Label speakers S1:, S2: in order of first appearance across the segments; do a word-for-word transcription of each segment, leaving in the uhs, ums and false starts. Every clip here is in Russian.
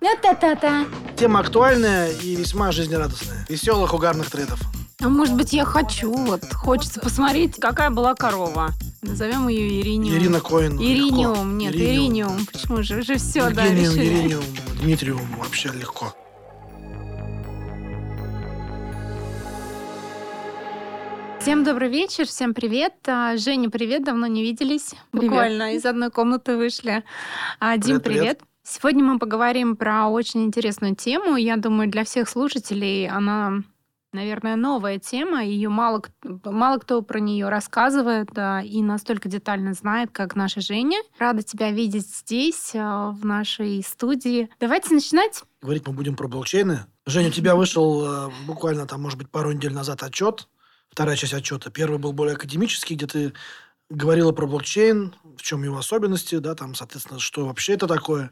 S1: Та-та-та-та.
S2: Тема актуальная и весьма жизнерадостная. Веселых угарных трендов.
S1: А может быть, я хочу, вот хочется посмотреть, какая была корова. Назовем ее Ириниум.
S2: Ирина Коэн.
S1: Ириниум,
S2: легко.
S1: нет,
S2: Ириниум.
S1: Ириниум. Почему же? Уже все, да,
S2: Евгениум,
S1: решили.
S2: Ириниум, Дмитриум. Вообще легко.
S1: Всем добрый вечер, всем привет. А, Женя, привет, давно не виделись.
S3: Привет.
S1: Буквально из одной комнаты вышли. А, Дим,
S2: Привет, привет.
S1: привет. Сегодня мы поговорим про очень интересную тему. Я думаю, для всех слушателей она, наверное, новая тема. Ее мало, к- мало кто про нее рассказывает да, и настолько детально знает, как наша Женя. Рада тебя видеть здесь, а, в нашей студии. Давайте начинать.
S2: Говорить мы будем про блокчейны. Женя, у тебя вышел э, буквально там, может быть, пару недель назад отчет. Вторая часть отчета. Первый был более академический, где ты говорила про блокчейн, в чем его особенности, да, там, соответственно, что вообще это такое.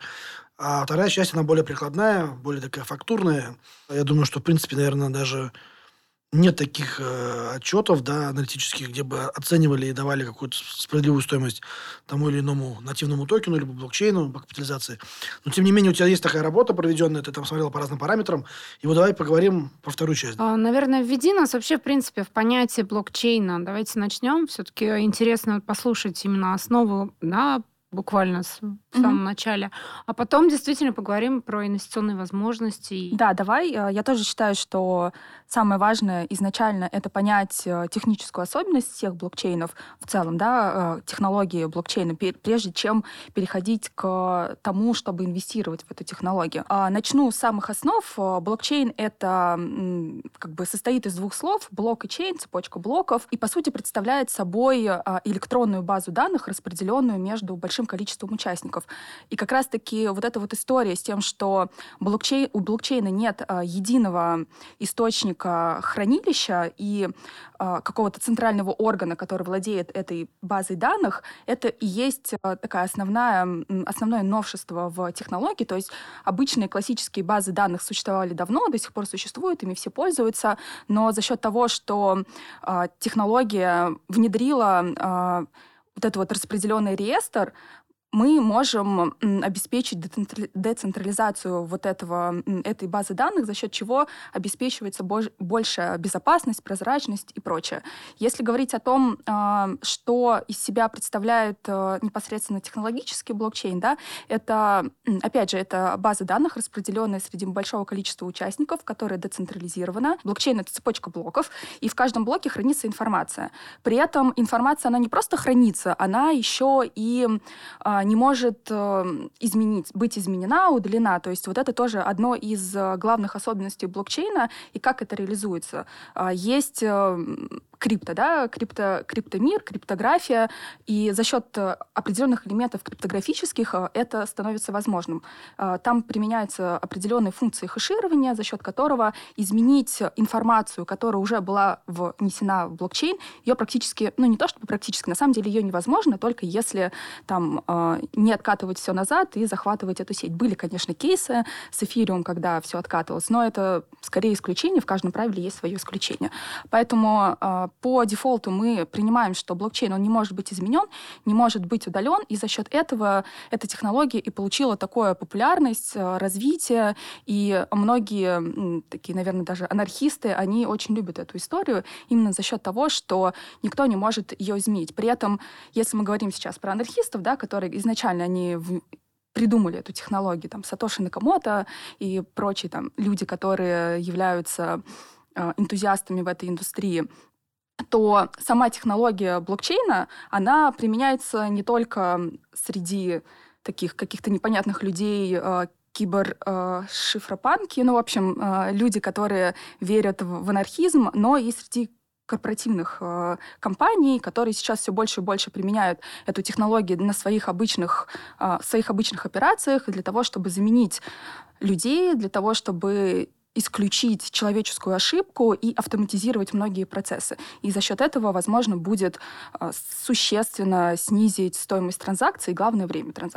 S2: А вторая часть, она более прикладная, более такая фактурная. Я думаю, что, в принципе, наверное, даже нет таких э, отчетов, да, аналитических, где бы оценивали и давали какую-то справедливую стоимость тому или иному нативному токену, либо блокчейну по капитализации. Но, тем не менее, у тебя есть такая работа проведенная, ты там смотрела по разным параметрам. И вот давай поговорим про вторую часть.
S1: А, Наверное, введи нас вообще, в принципе, в понятие блокчейна. Давайте начнем. Все-таки интересно послушать именно основу, да, буквально с- в самом
S3: Мгм.
S1: начале. А потом действительно поговорим про инвестиционные возможности. и-
S3: Да, давай. э, Я тоже считаю, что самое важное изначально это понять э, техническую особенность всех блокчейнов в целом, да, э, технологии блокчейна, пе- прежде чем переходить к тому, чтобы инвестировать в эту технологию. А, Начну с самых основ. Э, Блокчейн это м, как бы состоит из двух слов: блок и чейн, цепочка блоков, и по сути представляет собой э, электронную базу данных, распределенную между большим количеством участников. И как раз-таки вот эта вот история с тем, что блокчейн, у блокчейна нет а, единого источника хранилища и а, какого-то центрального органа, который владеет этой базой данных, это и есть а, такая основная, м, основное новшество в технологии. То есть обычные классические базы данных существовали давно, до сих пор существуют, ими все пользуются, но за счет того, что а, технология внедрила а, вот этот вот распределенный реестр, мы можем м, обеспечить децентра- децентрализацию вот этого, м, этой базы данных, за счет чего обеспечивается бож- большая безопасность, прозрачность и прочее. Если говорить о том, а, что из себя представляет а, непосредственно технологический блокчейн, да, это, м, опять же, это база данных, распределенная среди большого количества участников, которая децентрализирована. Блокчейн — это цепочка блоков, и в каждом блоке хранится информация. При этом информация, она не просто хранится, она еще и а, не может э, изменить, быть изменена, удалена. То есть вот это тоже одно из э, главных особенностей блокчейна. И как это реализуется? А, Есть э, крипто, да, крипто, криптомир, криптография, и за счет э, определенных элементов криптографических э, это становится возможным. А, Там применяются определенные функции хэширования, за счет которого изменить информацию, которая уже была внесена в блокчейн, ее практически, ну не то чтобы практически, на самом деле ее невозможно, только если там э, не откатывать все назад и захватывать эту сеть. Были, конечно, кейсы с эфириум, когда все откатывалось, но это скорее исключение, в каждом правиле есть свое исключение. Поэтому э, по дефолту мы принимаем, что блокчейн, он не может быть изменен, не может быть удален, и за счет этого эта технология и получила такую популярность, э, развитие, и многие м, такие, наверное, даже анархисты, они очень любят эту историю именно за счет того, что никто не может ее изменить. При этом, если мы говорим сейчас про анархистов, да, которые изначально они в- придумали эту технологию, там, Сатоши Накамото и прочие там люди, которые являются э, энтузиастами в этой индустрии, то сама технология блокчейна, она применяется не только среди таких каких-то непонятных людей, э, кибер-шифропанки, ну, в общем, э, люди, которые верят в, в анархизм, но и среди корпоративных э, компаний, которые сейчас все больше и больше применяют эту технологию на своих обычных, э, своих обычных операциях для того, чтобы заменить людей, для того, чтобы исключить человеческую ошибку и автоматизировать многие процессы. И за счет этого, возможно, будет э, существенно снизить стоимость транзакций и, главное, время транзакций.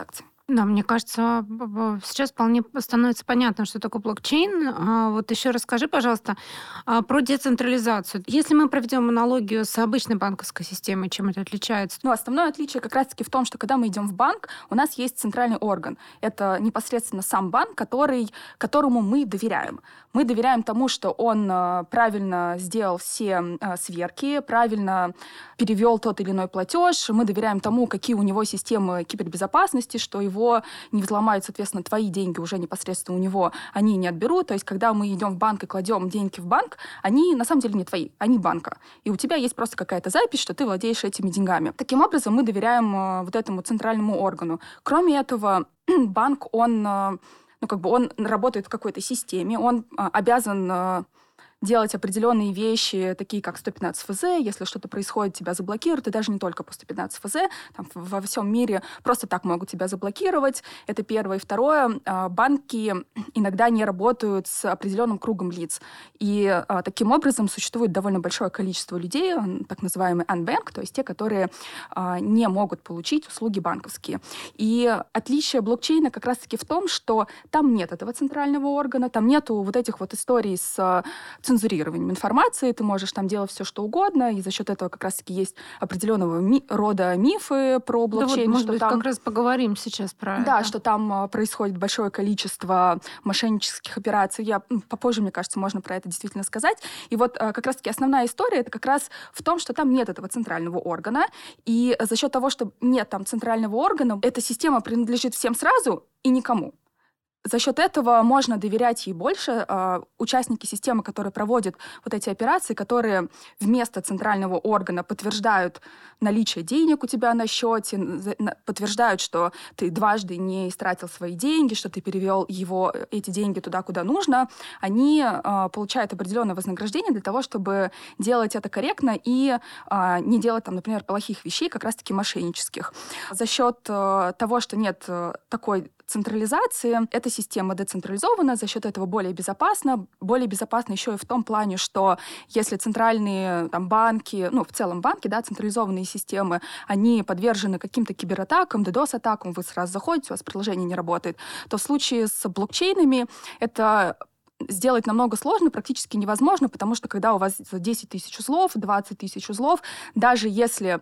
S1: Да, мне кажется, б- б- сейчас вполне становится понятно, что такое блокчейн. А Вот еще расскажи, пожалуйста, а, про децентрализацию. Если мы проведем аналогию с обычной банковской системой, чем это отличается?
S3: Ну, основное отличие как раз-таки в том, что когда мы идем в банк, у нас есть центральный орган. Это непосредственно сам банк, который, которому мы доверяем. Мы доверяем тому, что он э, правильно сделал все э, сверки, правильно перевел тот или иной платеж. Мы доверяем тому, какие у него системы кибербезопасности, что его не взломают, соответственно, твои деньги уже непосредственно у него, они не отберут. То есть, когда мы идем в банк и кладем деньги в банк, они на самом деле не твои, они банка. И у тебя есть просто какая-то запись, что ты владеешь этими деньгами. Таким образом, мы доверяем э, вот этому центральному органу. Кроме этого, банк, он, э, ну, как бы он работает в какой-то системе, он э, обязан э, делать определенные вещи, такие как сто пятнадцать эф зэ, если что-то происходит, тебя заблокируют, и даже не только по сто пятнадцать эф зэ, там, во всем мире просто так могут тебя заблокировать. Это первое. И второе, э, банки иногда не работают с определенным кругом лиц. И э, таким образом существует довольно большое количество людей, м, так называемые unbanked, то есть те, которые э, не могут получить услуги банковские. И отличие блокчейна как раз-таки в том, что там нет этого центрального органа, там нету вот этих вот историй с э, цензурированием информации, ты можешь там делать все, что угодно, и за счет этого как раз-таки есть определенного ми- рода мифы про блокчейн.
S1: Да вот, может
S3: что
S1: быть,
S3: там...
S1: как раз поговорим сейчас про
S3: Да,
S1: это.
S3: что там а, происходит большое количество мошеннических операций. Я м, попозже, мне кажется, можно про это действительно сказать. И вот а, как раз-таки основная история это как раз в том, что там нет этого центрального органа. И за счет того, что нет там центрального органа, эта система принадлежит всем сразу и никому. За счет этого можно доверять ей больше. Э, участники системы, которые проводят вот эти операции, которые вместо центрального органа подтверждают наличие денег у тебя на счете, подтверждают, что ты дважды не истратил свои деньги, что ты перевел его, эти деньги туда, куда нужно, они э, получают определенное вознаграждение для того, чтобы делать это корректно и э, не делать, там, например, плохих вещей, как раз-таки мошеннических. За счет э, того, что нет э, такой централизации, эта система децентрализована, за счет этого более безопасна. Более безопасна еще и в том плане, что если центральные там, банки, ну, в целом банки, да, централизованные системы, они подвержены каким-то кибератакам, ддос-атакам, вы сразу заходите, у вас приложение не работает, то в случае с блокчейнами это сделать намного сложно, практически невозможно, потому что когда у вас десять тысяч узлов, двадцать тысяч узлов, даже если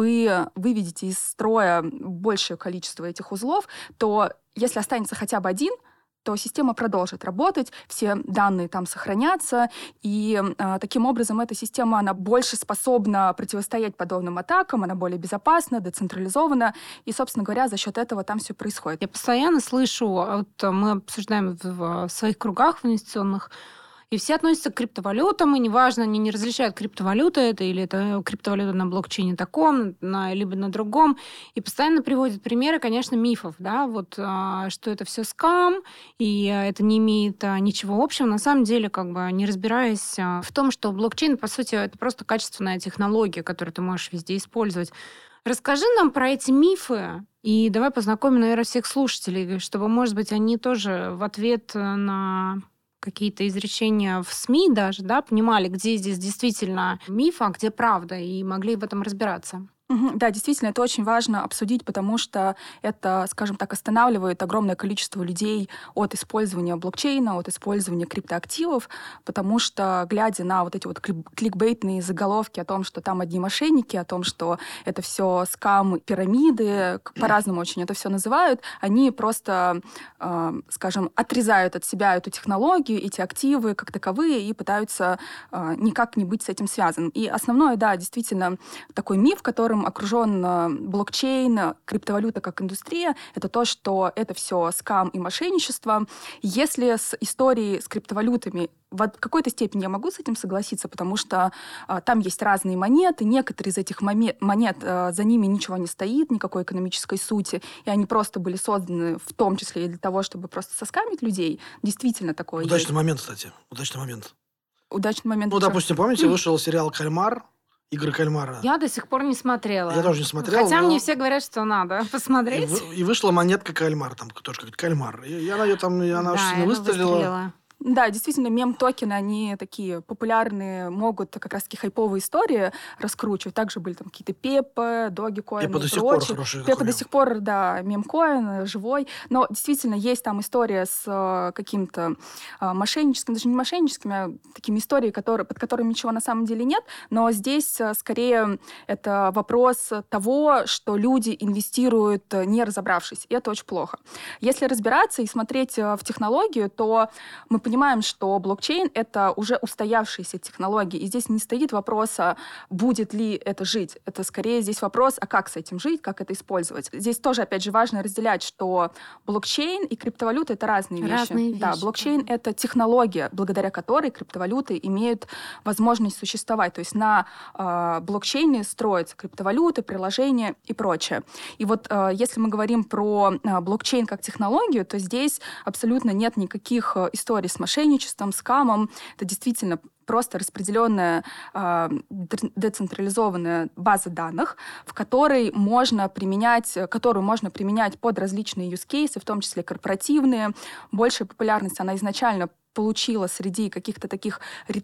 S3: вы выведете из строя большее количество этих узлов, то если останется хотя бы один, то система продолжит работать, все данные там сохранятся, и э, таким образом эта система, она больше способна противостоять подобным атакам, она более безопасна, децентрализована, и, собственно говоря, за счет этого там все происходит.
S1: Я постоянно слышу, вот мы обсуждаем в, в своих кругах в инвестиционных, и все относятся к криптовалютам, и неважно, они не различают, криптовалюта это или это криптовалюта на блокчейне таком, на, либо на другом. И постоянно приводят примеры, конечно, мифов, да, вот, а, что это все скам, и это не имеет а, ничего общего. На самом деле, как бы, не разбираясь а, в том, что блокчейн, по сути, это просто качественная технология, которую ты можешь везде использовать. Расскажи нам про эти мифы, и давай познакомим, наверное, всех слушателей, чтобы, может быть, они тоже в ответ на какие-то изречения в СМИ даже, да, понимали, где здесь действительно миф, а где правда, и могли в этом разбираться.
S3: Мгм. Да, действительно, это очень важно обсудить, потому что это, скажем так, останавливает огромное количество людей от использования блокчейна, от использования криптоактивов, потому что, глядя на вот эти вот клик- кликбейтные заголовки о том, что там одни мошенники, о том, что это все скам, пирамиды, к- по-разному очень это все называют, они просто, э, скажем, отрезают от себя эту технологию, эти активы как таковые и пытаются э, никак не быть с этим связанным. И основное, да, действительно, такой миф, которым окружен э, блокчейн, криптовалюта как индустрия, это то, что это все скам и мошенничество. Если с историей с криптовалютами в какой-то степени я могу с этим согласиться, потому что э, там есть разные монеты, некоторые из этих моме- монет, э, за ними ничего не стоит, никакой экономической сути, и они просто были созданы в том числе и для того, чтобы просто соскамить людей. Действительно такое
S2: Удачный
S3: есть.
S2: момент, кстати. Удачный момент.
S3: Удачный момент.
S2: Ну,
S3: в чём?
S2: допустим, помните, вышел сериал «Кальмар», игры кальмара.
S1: Я до сих пор не смотрела.
S2: Я тоже не смотрел.
S1: Хотя
S2: но-
S1: мне все говорят, что надо
S2: И,
S1: посмотреть.
S2: вы- и вышла монетка «Кальмар», там тоже как кальмар. И, и она ее там, и она
S1: Да,
S2: очень
S1: и
S2: сильно
S1: она
S2: выстрелила.
S1: выстрелила.
S3: Да, действительно, мем-токены, они такие популярные, могут как раз-таки хайповые истории раскручивать. Также были там какие-то Пеппа, Догикоины
S2: Пеппа
S3: и
S2: до сих пор
S3: прочее.
S2: хороший
S3: Пеппа
S2: такой
S3: до
S2: мем.
S3: сих пор, да, мем-коин, живой. Но действительно, есть там история с э, каким-то э, мошенническим, даже не мошенническими, а такими историями, которые, под которыми ничего на самом деле нет. Но здесь э, скорее это вопрос того, что люди инвестируют, э, не разобравшись. И это очень плохо. Если разбираться и смотреть э, в технологию, то мы понимаем, что блокчейн — это уже устоявшиеся технологии. И здесь не стоит вопроса, будет ли это жить. Это скорее здесь вопрос, а как с этим жить, как это использовать. Здесь тоже, опять же, важно разделять, что блокчейн и криптовалюта — это разные вещи.
S1: Разные вещи.
S3: Да, блокчейн — это технология, благодаря которой криптовалюты имеют возможность существовать. То есть на э, блокчейне строятся криптовалюты, приложения и прочее. И вот э, если мы говорим про э, блокчейн как технологию, то здесь абсолютно нет никаких э, историй с мошенничеством, скамом. Это действительно просто распределенная э, децентрализованная база данных, в которой можно применять, которую можно применять под различные use cases, в том числе корпоративные. Большая популярность она изначально получила среди каких-то таких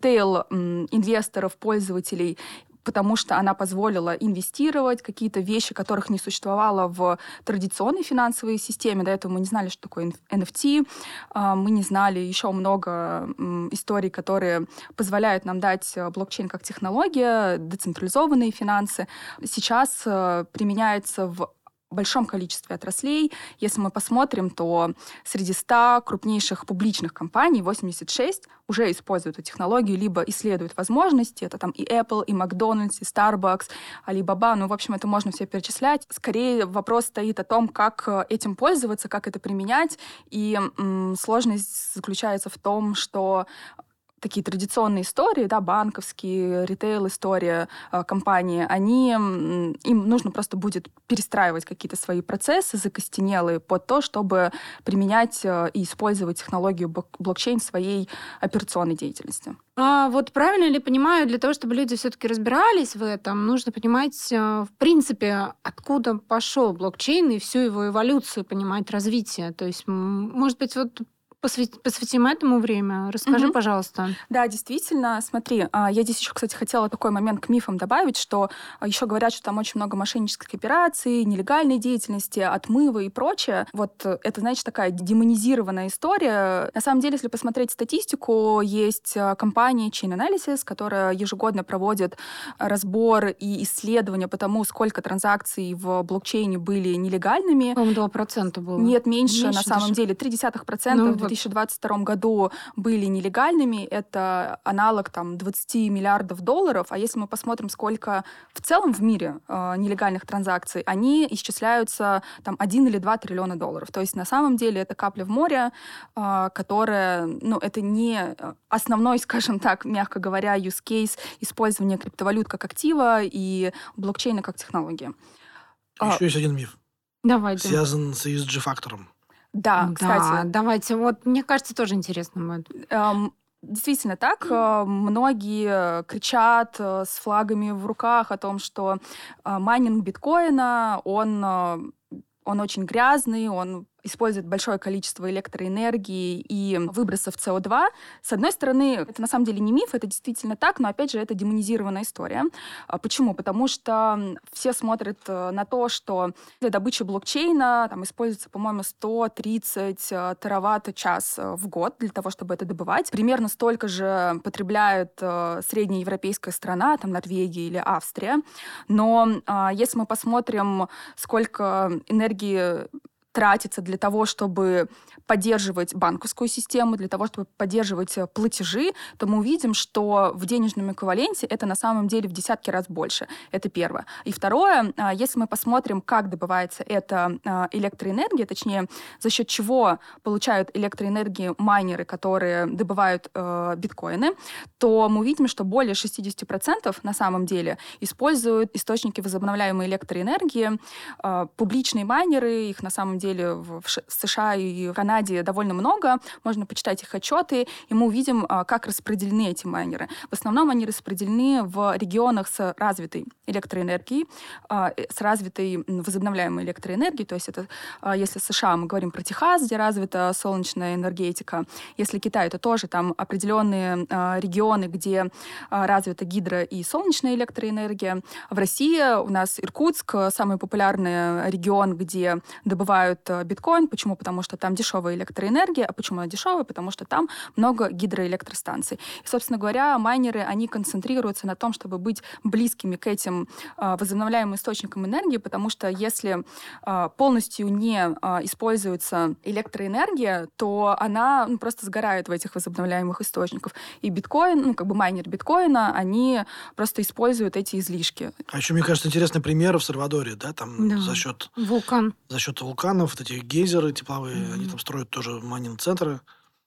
S3: ритейл-инвесторов, пользователей, потому что она позволила инвестировать какие-то вещи, которых не существовало в традиционной финансовой системе. До этого мы не знали, что такое эн эф ти, мы не знали еще много историй, которые позволяют нам дать блокчейн как технология, децентрализованные финансы. Сейчас применяется в большом количестве отраслей. Если мы посмотрим, то среди ста крупнейших публичных компаний восемьдесят шесть уже используют эту технологию, либо исследуют возможности. Это там и Apple, и Макдональдс, и Starbucks, Alibaba. Ну, в общем, это можно все перечислять. Скорее вопрос стоит о том, как этим пользоваться, как это применять. И м, сложность заключается в том, что такие традиционные истории, да, банковские, ритейл-история э, компании, они, им нужно просто будет перестраивать какие-то свои процессы закостенелые под то, чтобы применять э, и использовать технологию блокчейн в своей операционной деятельности.
S1: А вот правильно ли понимаю, для того, чтобы люди все-таки разбирались в этом, нужно понимать, в принципе, откуда пошел блокчейн и всю его эволюцию, понимать развитие. То есть, может быть, вот посвятим этому время. Расскажи, угу. пожалуйста.
S3: Да, действительно. Смотри, я здесь еще, кстати, хотела такой момент к мифам добавить, что еще говорят, что там очень много мошеннических операций, нелегальной деятельности, отмыва и прочее. Вот это, значит, такая демонизированная история. На самом деле, если посмотреть статистику, есть компания Chain Analysis, которая ежегодно проводит разбор и исследования по тому, сколько транзакций в блокчейне были нелегальными.
S1: По-моему, два процента было.
S3: Нет, меньше,
S1: меньше
S3: на самом
S1: даже.
S3: деле. три десятых процента ну, в две тысячи двадцать втором году были нелегальными. Это аналог там, двадцать миллиардов долларов. А если мы посмотрим, сколько в целом в мире э, нелегальных транзакций, они исчисляются там, один или два триллиона долларов. То есть на самом деле это капля в море, э, которая, ну, это не основной, скажем так, мягко говоря, use case использования криптовалют как актива и блокчейна как технологии.
S2: Еще а, есть один миф.
S1: Давайте.
S2: Связан с и эс джи-фактором.
S3: Да, кстати.
S1: Да, давайте. Вот, мне кажется, тоже интересно будет.
S3: Эм, действительно так. Многие кричат с флагами в руках о том, что майнинг биткоина, он, он очень грязный, он использует большое количество электроэнергии и выбросов си о два. С одной стороны, это на самом деле не миф, это действительно так, но, опять же, это демонизированная история. Почему? Потому что все смотрят на то, что для добычи блокчейна там используется, по-моему, сто тридцать тераватт-час в год для того, чтобы это добывать. Примерно столько же потребляет среднеевропейская страна, там Норвегия или Австрия. Но если мы посмотрим, сколько энергии тратится для того, чтобы поддерживать банковскую систему, для того, чтобы поддерживать платежи, то мы увидим, что в денежном эквиваленте это на самом деле в десятки раз больше. Это первое. И второе, если мы посмотрим, как добывается эта электроэнергия, точнее, за счет чего получают электроэнергию майнеры, которые добывают э, биткоины, то мы увидим, что более шестьдесят процентов на самом деле используют источники возобновляемой электроэнергии. Э, публичные майнеры, их на самом деле деле в США и в Канаде довольно много. Можно почитать их отчеты, и мы увидим, как распределены эти майнеры. В основном они распределены в регионах с развитой электроэнергией, с развитой возобновляемой электроэнергией. То есть это, если США, мы говорим про Техас, где развита солнечная энергетика. Если Китай, то тоже там определенные регионы, где развита гидро- и солнечная электроэнергия. В России у нас Иркутск, самый популярный регион, где добывают биткоин. Почему? Потому что там дешевая электроэнергия. А почему она дешевая? Потому что там много гидроэлектростанций. И, собственно говоря, майнеры, они концентрируются на том, чтобы быть близкими к этим э, возобновляемым источникам энергии, потому что если э, полностью не э, используется электроэнергия, то она ну, просто сгорает в этих возобновляемых источниках. И биткоин, ну, как бы майнер биткоина, они просто используют эти излишки.
S2: А еще, мне кажется, интересный пример в Сальвадоре, да, там
S1: Да.
S2: за счет...
S1: Вулкан.
S2: За счет вулканов, вот эти гейзеры тепловые,
S1: Mm-hmm.
S2: они там строят тоже майнинг-центры.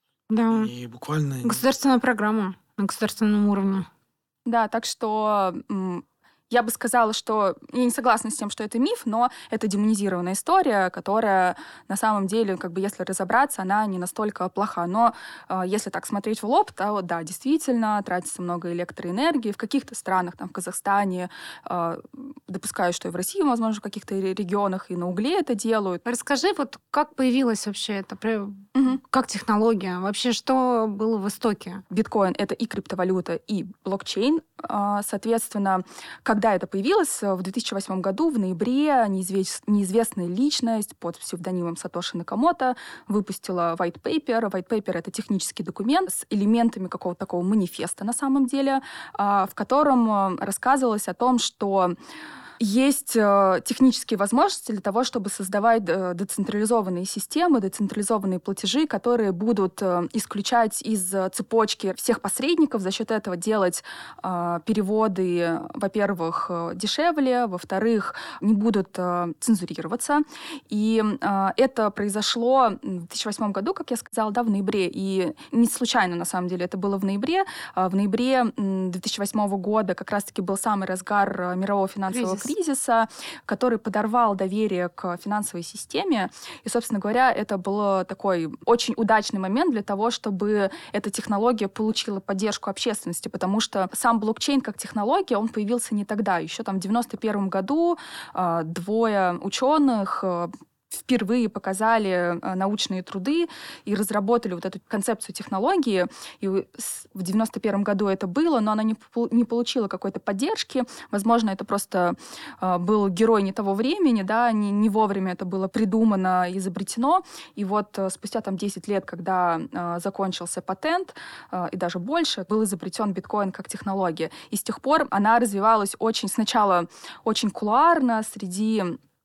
S1: Да.
S2: И буквально...
S1: Государственная программа на государственном уровне.
S3: Да, так что м, я бы сказала, что я не согласна с тем, что это миф, но это демонизированная история, которая на самом деле, как бы, если разобраться, она не настолько плоха. Но э, если так смотреть в лоб, то да, действительно, тратится много электроэнергии. В каких-то странах, там, в Казахстане, э, допускаю, что и в России, возможно, в каких-то регионах и на угле это делают.
S1: Расскажи, вот как появилась вообще это,
S3: Угу.
S1: как технология? Вообще, что было в истоке?
S3: Биткоин — это и криптовалюта, и блокчейн. Соответственно, когда это появилось? В две тысячи восьмом году, в ноябре, неизвест... неизвестная личность под псевдонимом Сатоши Накамото выпустила white paper. White paper — это технический документ с элементами какого-то такого манифеста, на самом деле, в котором рассказывалось о том, что есть э, технические возможности для того, чтобы создавать э, децентрализованные системы, децентрализованные платежи, которые будут э, исключать из э, цепочки всех посредников, за счет этого делать э, переводы, во-первых, э, дешевле, во-вторых, не будут э, цензурироваться. И э, это произошло в две тысячи восьмом году, как я сказала, да, в ноябре. И не случайно, на самом деле, это было в ноябре. В ноябре две тысячи восьмого года как раз-таки был самый разгар мирового финансового кризиса. кризиса, который подорвал доверие к финансовой системе. И, собственно говоря, это был такой очень удачный момент для того, чтобы эта технология получила поддержку общественности, потому что сам блокчейн как технология, он появился не тогда. Еще там в девяносто первом году э, двое ученых э, впервые показали научные труды и разработали вот эту концепцию технологии. И в девяносто первом году это было, но она не, не получила какой-то поддержки. Возможно, это просто э, был герой не того времени, да, не, не вовремя это было придумано, изобретено. И вот э, спустя там десять лет, когда э, закончился патент, э, и даже больше, был изобретен биткоин как технология. И с тех пор она развивалась очень, сначала очень кулуарно среди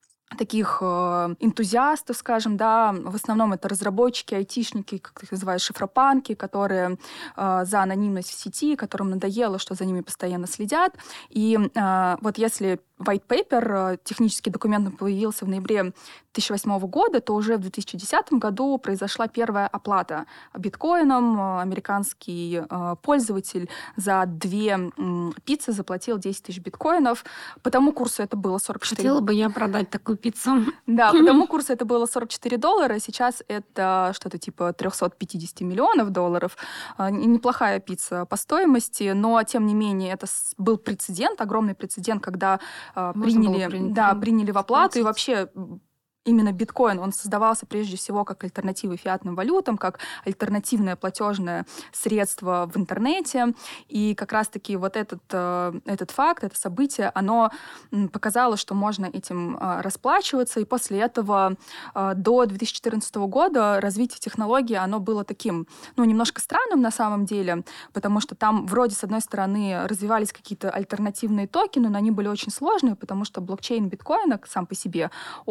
S3: таких э, энтузиастов, скажем, да, в основном это разработчики, айтишники, как ты их называешь, шифропанки, которые э, за анонимность в сети, которым надоело, что за ними постоянно следят. И э, вот если white paper, технический документ, появился в ноябре две тысячи восьмого года, то уже в две тысячи десятом году произошла первая оплата биткоином. Американский э, пользователь за две э, пиццы заплатил десять тысяч биткоинов. По тому курсу это было сорок четыре...
S1: Хотела бы я продать такую пиццу.
S3: Да, по тому курсу это было сорок четыре доллара, сейчас это что-то типа триста пятьдесят миллионов долларов. Неплохая пицца по стоимости, но, тем не менее, это был прецедент, огромный прецедент, когда приняли, да, приняли в оплату, и вообще именно биткоин, он создавался прежде всего как альтернатива фиатным валютам, как альтернативное платежное средство в интернете. И как раз-таки вот этот, этот факт, это событие, оно показало, что можно этим расплачиваться. И после этого до две тысячи четырнадцатого года развитие технологии, оно было таким, ну, немножко странным на самом деле, потому что там вроде, с одной стороны, развивались какие-то альтернативные токены, но они были очень сложные, потому что блокчейн биткоина сам по себе,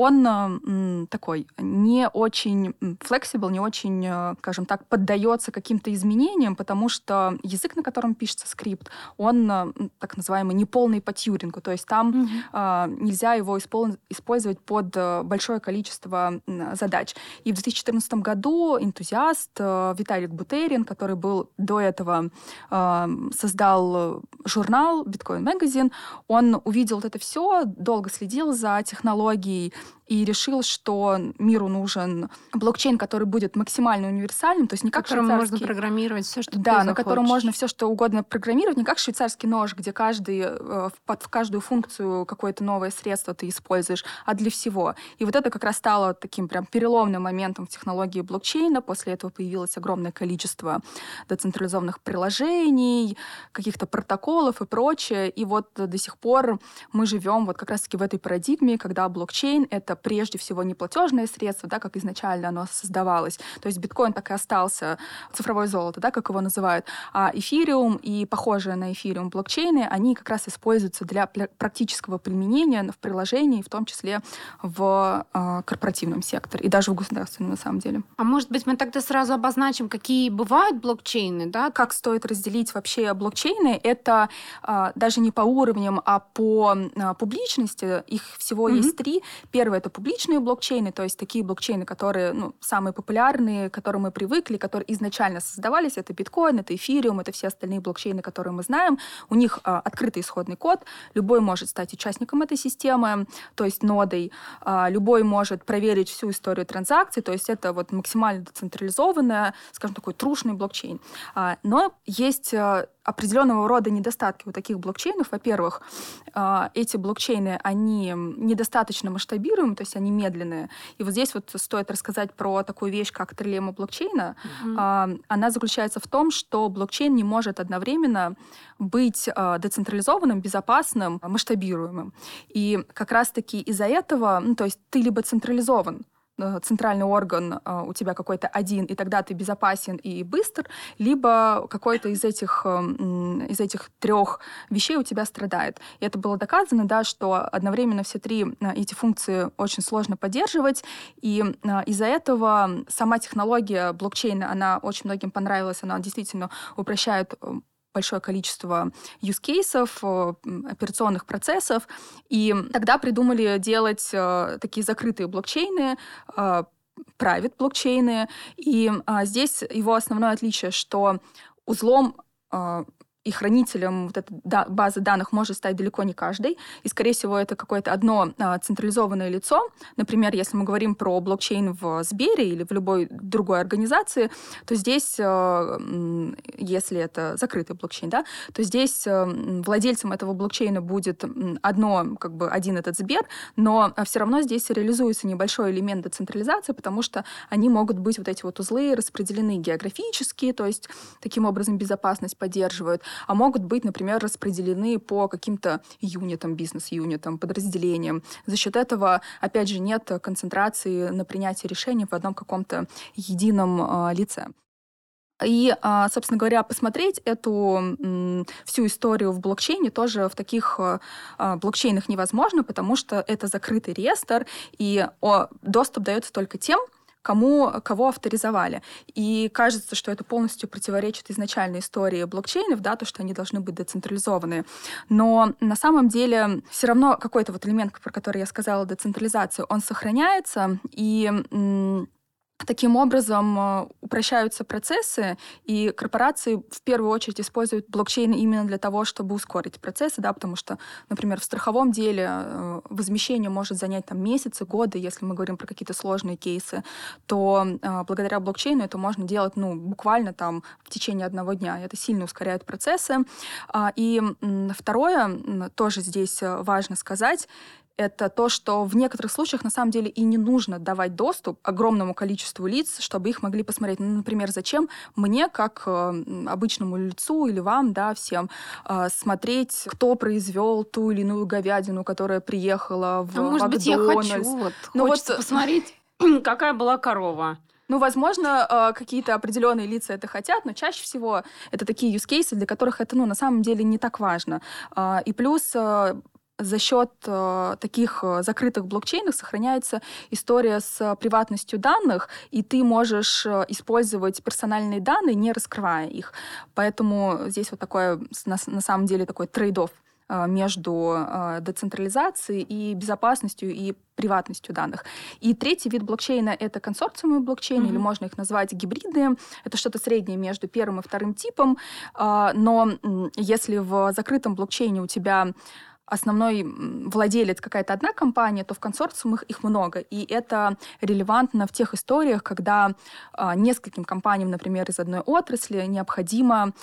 S3: он такой не очень flexible, не очень, скажем так, поддается каким-то изменениям, потому что язык, на котором пишется скрипт, он так называемый неполный по Тьюрингу, то есть там mm-hmm. нельзя его использовать под большое количество задач. И в две тысячи четырнадцатом году энтузиаст Виталик Бутерин, который был до этого, создал журнал Bitcoin Magazine, он увидел вот это все, долго следил за технологией, и решил, что миру нужен блокчейн, который будет максимально универсальным, то есть не как
S1: которым
S3: швейцарский...
S1: можно программировать все, что
S3: да,
S1: ты
S3: на
S1: захочешь.
S3: котором можно все, что угодно программировать, не как швейцарский нож, где каждый, под каждую функцию какое-то новое средство ты используешь, а для всего. И вот это как раз стало таким прям переломным моментом в технологии блокчейна. После этого появилось огромное количество децентрализованных приложений, каких-то протоколов и прочее. И вот до сих пор мы живем вот как раз-таки в этой парадигме, когда блокчейн — это прежде всего не платежное средство, да, как изначально оно создавалось. То есть биткоин так и остался цифровое золото, да, как его называют. А эфириум и похожие на эфириум блокчейны, они как раз используются для практического применения в приложении, в том числе в э, корпоративном секторе и даже в государственном, на самом деле.
S1: А может быть, мы тогда сразу обозначим, какие бывают блокчейны, да?
S3: Как стоит разделить вообще блокчейны? Это э, даже не по уровням, а по э, публичности. Их всего mm-hmm. есть три. Первое — это публичные блокчейны, то есть такие блокчейны, которые ну, самые популярные, к которым мы привыкли, которые изначально создавались. Это биткоин, это эфириум, это все остальные блокчейны, которые мы знаем. У них э, открытый исходный код. Любой может стать участником этой системы, то есть нодой. Э, любой может проверить всю историю транзакций, то есть это вот максимально децентрализованная, скажем, такой трушный блокчейн. Э, но есть э, определенного рода недостатки у таких блокчейнов. Во-первых, э, эти блокчейны, они недостаточно масштабируемы, то есть они медленные. И вот здесь вот стоит рассказать про такую вещь, как трилемма блокчейна. Mm-hmm. Э, она заключается в том, что блокчейн не может одновременно быть э, децентрализованным, безопасным, масштабируемым. И как раз-таки из-за этого, ну, то есть ты либо централизован, центральный орган э, у тебя какой-то один, и тогда ты безопасен и быстр, либо какой-то из этих, э, из этих трех вещей у тебя страдает. И это было доказано, да, что одновременно все три э, эти функции очень сложно поддерживать, и э, из-за этого сама технология блокчейна, она очень многим понравилась, она действительно упрощает большое количество use-кейсов, операционных процессов. И тогда придумали делать э, такие закрытые блокчейны, э, private блокчейны. И э, здесь его основное отличие, что узлом э, и хранителем вот этой да, базы данных может стать далеко не каждый. И, скорее всего, это какое-то одно а, централизованное лицо. Например, если мы говорим про блокчейн в Сбере или в любой другой организации, то здесь, а, если это закрытый блокчейн, да, то здесь а, владельцем этого блокчейна будет одно, как бы один этот Сбер, но все равно здесь реализуется небольшой элемент децентрализации, потому что они могут быть, вот эти вот узлы, распределены географически, то есть таким образом безопасность поддерживают, а могут быть, например, распределены по каким-то юнитам, бизнес-юнитам, подразделениям. За счет этого, опять же, нет концентрации на принятии решений в одном каком-то едином э, лице. И, собственно говоря, посмотреть эту всю историю в блокчейне тоже в таких блокчейнах невозможно, потому что это закрытый реестр, и доступ дается только тем, кому, кого авторизовали. И кажется, что это полностью противоречит изначальной истории блокчейнов, да, то, что они должны быть децентрализованы. Но на самом деле все равно какой-то вот элемент, про который я сказала, децентрализацию, он сохраняется, и м- таким образом упрощаются процессы, и корпорации в первую очередь используют блокчейн именно для того, чтобы ускорить процессы, да, потому что, например, в страховом деле возмещение может занять там, месяцы, годы, если мы говорим про какие-то сложные кейсы, то э, благодаря блокчейну это можно делать ну, буквально там, в течение одного дня. Это сильно ускоряет процессы. А, и м, второе, тоже здесь важно сказать, это то, что в некоторых случаях на самом деле и не нужно давать доступ огромному количеству лиц, чтобы их могли посмотреть. Ну, например, зачем мне, как э, обычному лицу или вам, да, всем, э, смотреть, кто произвел ту или иную говядину, которая приехала в
S1: а может
S3: Макдональдс.
S1: быть, я хочу. Вот,
S3: ну,
S1: хочется
S3: вот,
S1: посмотреть, какая была корова.
S3: Ну, возможно, какие-то определенные лица это хотят, но чаще всего это такие use cases, для которых это, ну, на самом деле не так важно. И плюс за счет э, таких закрытых блокчейнов сохраняется история с приватностью данных, и ты можешь использовать персональные данные, не раскрывая их. Поэтому здесь вот такое, на, на самом деле, такой трейд-офф э, между э, децентрализацией и безопасностью и приватностью данных. И третий вид блокчейна — это консорциумы блокчейна, mm-hmm. или можно их назвать гибридные. Это что-то среднее между первым и вторым типом. Э, но э, если в закрытом блокчейне у тебя основной владелец какая-то одна компания, то в консорциумах их много. И это релевантно в тех историях, когда а, нескольким компаниям, например, из одной отрасли необходимо,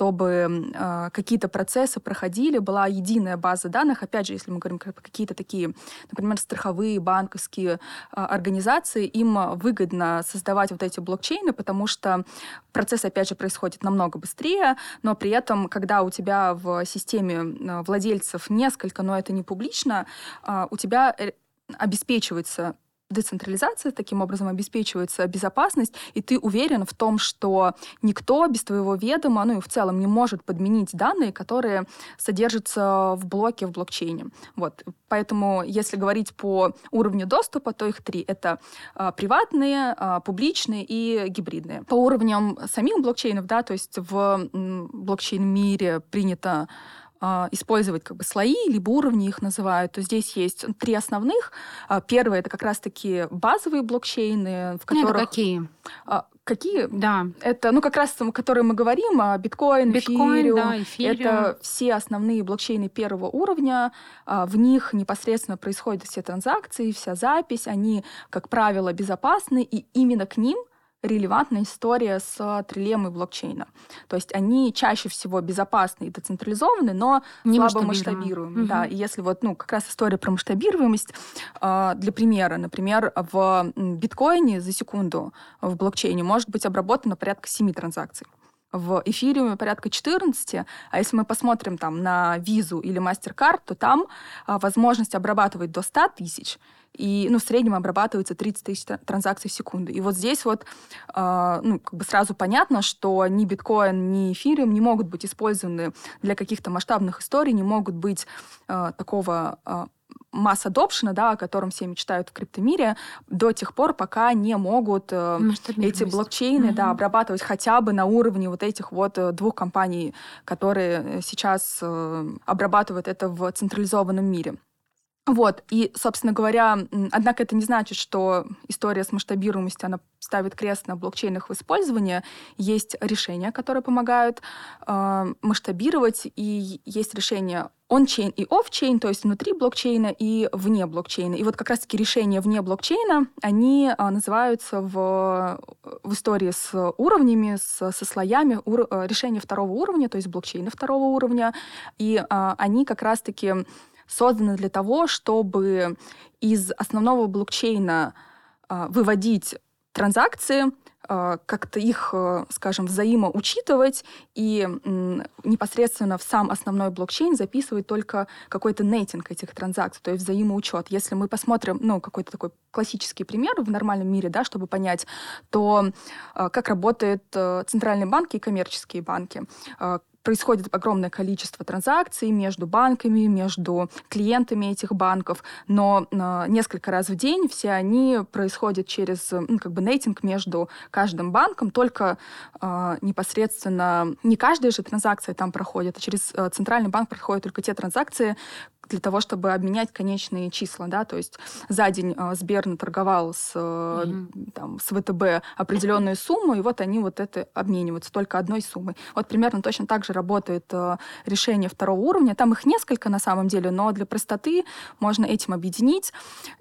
S3: чтобы а, какие-то процессы проходили, была единая база данных. Опять же, если мы говорим про какие-то такие, например, страховые, банковские а, организации, им выгодно создавать вот эти блокчейны, потому что процесс, опять же, происходит намного быстрее, но при этом, когда у тебя в системе владельцев несколько, но это не публично, у тебя обеспечивается децентрализация, таким образом обеспечивается безопасность, и ты уверен в том, что никто без твоего ведома, ну и в целом не может подменить данные, которые содержатся в блоке, в блокчейне. Вот. Поэтому, если говорить по уровню доступа, то их три. Это а, приватные, а, публичные и гибридные. По уровням самих блокчейнов, да, то есть в м, блокчейн-мире принято использовать как бы слои, либо уровни их называют, то здесь есть три основных. Первое — это как раз-таки базовые блокчейны, в которых...
S1: Это какие?
S3: Какие?
S1: Да.
S3: Это, ну, как раз, о которых мы говорим, биткоин,
S1: биткоин,
S3: эфириум.
S1: Да, эфириум.
S3: Это все основные блокчейны первого уровня. В них непосредственно происходят все транзакции, вся запись. Они, как правило, безопасны, и именно к ним релевантная история с трилеммой блокчейна. То есть они чаще всего безопасны и децентрализованы, но
S1: не
S3: слабо масштабируемы. Угу. Да, и если вот, ну, как раз история про масштабируемость, э, для примера, например, в биткоине за секунду в блокчейне может быть обработано порядка семи транзакций. В эфириуме порядка четырнадцати, а если мы посмотрим там на визу или MasterCard, то там а, возможность обрабатывать до ста тысяч, и ну, в среднем обрабатывается тридцать тысяч транзакций в секунду. И вот здесь вот а, ну, как бы сразу понятно, что ни биткоин, ни эфириум не могут быть использованы для каких-то масштабных историй, не могут быть а, такого... А, масс адопшена, да, о котором все мечтают в криптомире, до тех пор, пока не могут э, эти блокчейны mm-hmm. да, обрабатывать хотя бы на уровне вот этих вот двух компаний, которые сейчас э, обрабатывают это в централизованном мире. Вот, и, собственно говоря, однако это не значит, что история с масштабируемостью, она ставит крест на блокчейнах в использовании. Есть решения, которые помогают э, масштабировать, и есть решения он-чейн и оф-чейн, то есть внутри блокчейна и вне блокчейна. И вот как раз-таки решения вне блокчейна, они а, называются в, в истории с уровнями, с, со слоями ур, решения второго уровня, то есть блокчейна второго уровня. И а, они как раз-таки созданы для того, чтобы из основного блокчейна а, выводить транзакции, как-то их, скажем, взаимоучитывать и непосредственно в сам основной блокчейн записывать только какой-то нейтинг этих транзакций, то есть взаимоучет. Если мы посмотрим, ну, какой-то такой классический пример в нормальном мире, да, чтобы понять, то как работают центральные банки и коммерческие банки. Происходит огромное количество транзакций между банками, между клиентами этих банков, но э, несколько раз в день все они происходят через ну, как бы нейтинг между каждым банком, только э, непосредственно не каждая же транзакция там проходит, а через э, центральный банк проходят только те транзакции, для того, чтобы обменять конечные числа, да, то есть за день э, Сбер наторговал с, э, mm-hmm. там, с ВТБ определенную сумму, и вот они вот это обмениваются только одной суммой. Вот примерно точно так же работает э, решение второго уровня. Там их несколько на самом деле, но для простоты можно этим объединить.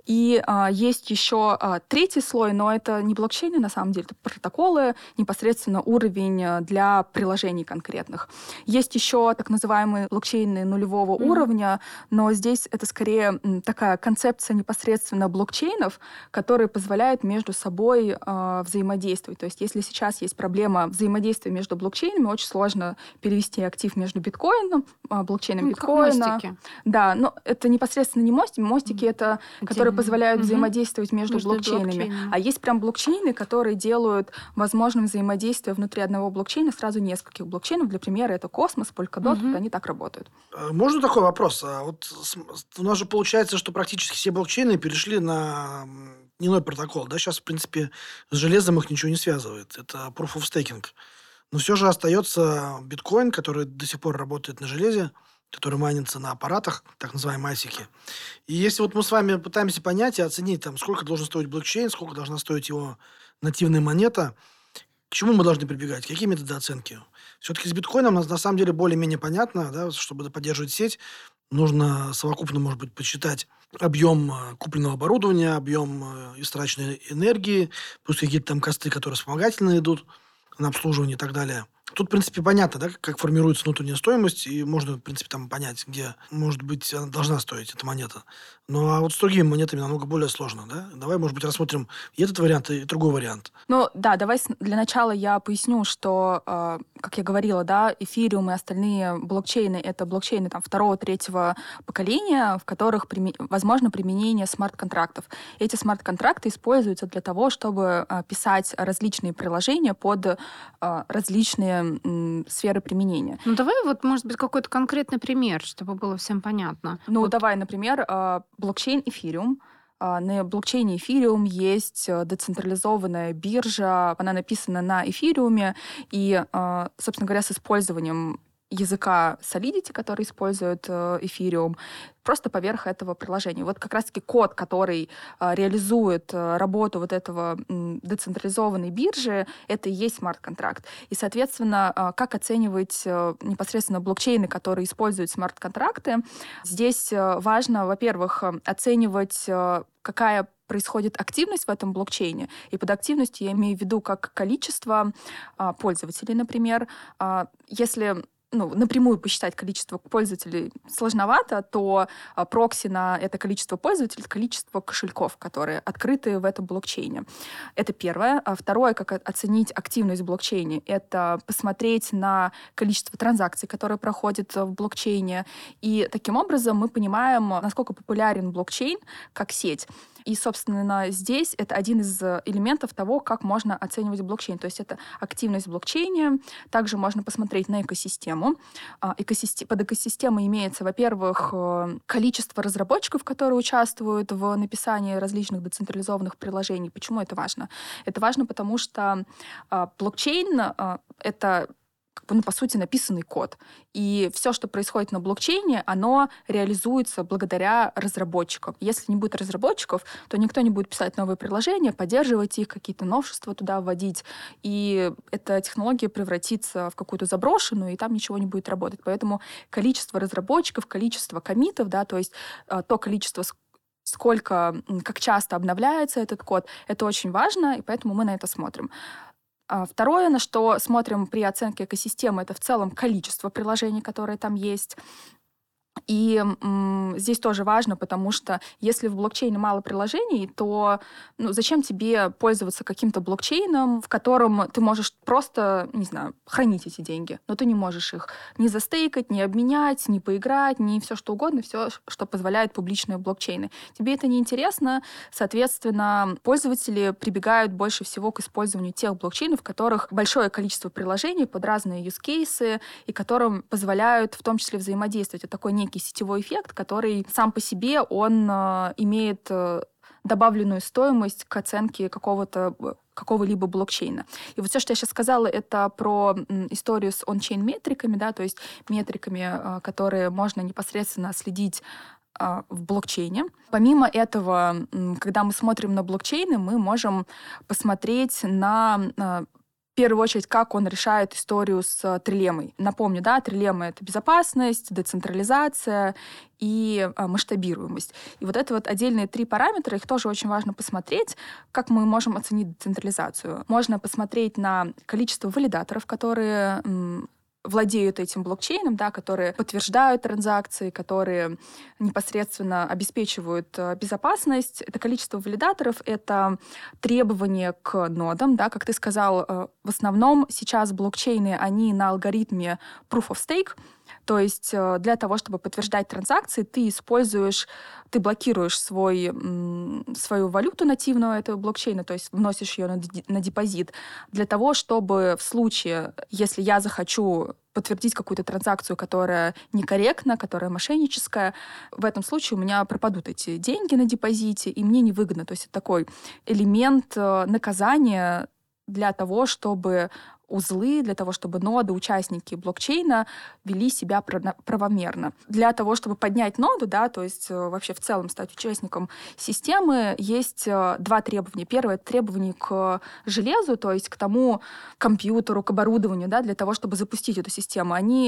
S3: И э, есть еще э, третий слой, но это не блокчейны на самом деле, это протоколы, непосредственно уровень для приложений конкретных. Есть еще так называемые блокчейны нулевого mm-hmm. уровня, но здесь это скорее такая концепция непосредственно блокчейнов, которые позволяют между собой э, взаимодействовать. То есть если сейчас есть проблема взаимодействия между блокчейнами, очень сложно перевести актив между биткоином, э, блокчейном
S1: ну,
S3: биткоина.
S1: Мостики.
S3: Да, но это непосредственно не мостики. Мостики mm. это, Где? которые позволяют mm-hmm. взаимодействовать между, между блокчейнами. блокчейнами. А есть прям блокчейны, которые делают возможным взаимодействие внутри одного блокчейна сразу нескольких блокчейнов. Для примера это Cosmos, Polkadot, mm-hmm. вот они так работают.
S2: Можно такой вопрос? Вот у нас же получается, что практически все блокчейны перешли на иной протокол. Да? Сейчас, в принципе, с железом их ничего не связывает. Это Proof of Staking. Но все же остается биткоин, который до сих пор работает на железе, который майнится на аппаратах, так называемые асики. И если вот мы с вами пытаемся понять и оценить, там, сколько должен стоить блокчейн, сколько должна стоить его нативная монета, к чему мы должны прибегать? Какие методы оценки? Все-таки с биткоином на, на самом деле более-менее понятно, да, чтобы поддерживать сеть. нужно совокупно, может быть, посчитать объем э, купленного оборудования, объем э, истраченной энергии, плюс какие-то там косты, которые вспомогательно идут на обслуживание и так далее. Тут, в принципе, понятно, да, как формируется внутренняя стоимость, и можно, в принципе, там понять, где, может быть, она должна стоить, эта монета. Ну, а вот с другими монетами намного более сложно, да? Давай, может быть, рассмотрим и этот вариант, и другой вариант.
S3: Ну, да, давай с- для начала я поясню, что, э, как я говорила, да, эфириум и остальные блокчейны — это блокчейны там второго, третьего поколения, в которых прими- возможно применение смарт-контрактов. Эти смарт-контракты используются для того, чтобы э, писать различные приложения под э, различные м, сферы применения.
S1: Ну, давай вот, может быть, какой-то конкретный пример, чтобы было всем понятно.
S3: Ну,
S1: Вот.
S3: давай, например, э, блокчейн эфириум. А, На блокчейне эфириум есть э, децентрализованная биржа, она написана на эфириуме, и, э, собственно говоря, с использованием языка Solidity, который использует э, эфириум, просто поверх этого приложения. Вот как раз-таки код, который э, реализует э, работу вот этого м, децентрализованной биржи, это и есть смарт-контракт. И, соответственно, э, как оценивать э, непосредственно блокчейны, которые используют смарт-контракты? Здесь э, важно, во-первых, э, оценивать, э, какая происходит активность в этом блокчейне. И под активностью я имею в виду как количество а, пользователей, например. А, если ну, напрямую посчитать количество пользователей сложновато, то а, прокси на это количество пользователей — это количество кошельков, которые открыты в этом блокчейне. Это первое. А второе, как о- оценить активность в блокчейне, это посмотреть на количество транзакций, которые проходят в блокчейне. И таким образом мы понимаем, насколько популярен блокчейн как сеть. И, собственно, здесь это один из э, элементов того, как можно оценивать блокчейн. То есть это активность в блокчейне. Также можно посмотреть на экосистему. А, экосисте- Под экосистемой имеется, во-первых, э, количество разработчиков, которые участвуют в написании различных децентрализованных приложений. Почему это важно? Это важно, потому что а, блокчейн а, — это как бы, ну, по сути, написанный код. И все, что происходит на блокчейне, оно реализуется благодаря разработчикам. Если не будет разработчиков, то никто не будет писать новые приложения, поддерживать их, какие-то новшества туда вводить. И эта технология превратится в какую-то заброшенную, и там ничего не будет работать. Поэтому количество разработчиков, количество коммитов, да, то есть э, то количество, ск- сколько, м, как часто обновляется этот код, это очень важно, и поэтому мы на это смотрим. А Второе, на что смотрим при оценке экосистемы, это в целом количество приложений, которые там есть. И м, здесь тоже важно, потому что если в блокчейне мало приложений, то ну, зачем тебе пользоваться каким-то блокчейном, в котором ты можешь просто, не знаю, хранить эти деньги, но ты не можешь их ни застейкать, ни обменять, ни поиграть, ни все что угодно, все, что позволяет публичные блокчейны. Тебе это не интересно, соответственно, пользователи прибегают больше всего к использованию тех блокчейнов, в которых большое количество приложений под разные use cases и которым позволяют в том числе взаимодействовать. Это такой некий сетевой эффект, который сам по себе, он э, имеет э, добавленную стоимость к оценке какого-то э, какого-либо блокчейна. И вот все, что я сейчас сказала, это про м, историю с он-чейн метриками, да, то есть метриками, э, которые можно непосредственно следить э, в блокчейне. Помимо этого, м, когда мы смотрим на блокчейны, мы можем посмотреть на э, в первую очередь, как он решает историю с э, трилеммой. Напомню, да, трилемма — это безопасность, децентрализация и э, масштабируемость. И вот это вот отдельные три параметра, их тоже очень важно посмотреть, как мы можем оценить децентрализацию. Можно посмотреть на количество валидаторов, которые м, владеют этим блокчейном, да, которые подтверждают транзакции, которые непосредственно обеспечивают э, безопасность. Это количество валидаторов, это требования к нодам. Да, как ты сказал, э, в основном сейчас блокчейны, они на алгоритме Proof of Stake. То есть э, для того, чтобы подтверждать транзакции, ты используешь, ты блокируешь свой, м, свою валюту нативную этого блокчейна, то есть вносишь ее на, д- на депозит, для того, чтобы в случае, если я захочу подтвердить какую-то транзакцию, которая некорректна, которая мошенническая, в этом случае у меня пропадут эти деньги на депозите, и мне невыгодно. То есть это такой элемент э, наказания для того, чтобы узлы, для того, чтобы ноды, участники блокчейна вели себя прав- правомерно. Для того, чтобы поднять ноду, да, то есть э, вообще в целом стать участником системы, есть э, два требования. Первое — это требование к железу, то есть к тому компьютеру, к оборудованию, да, для того, чтобы запустить эту систему. Они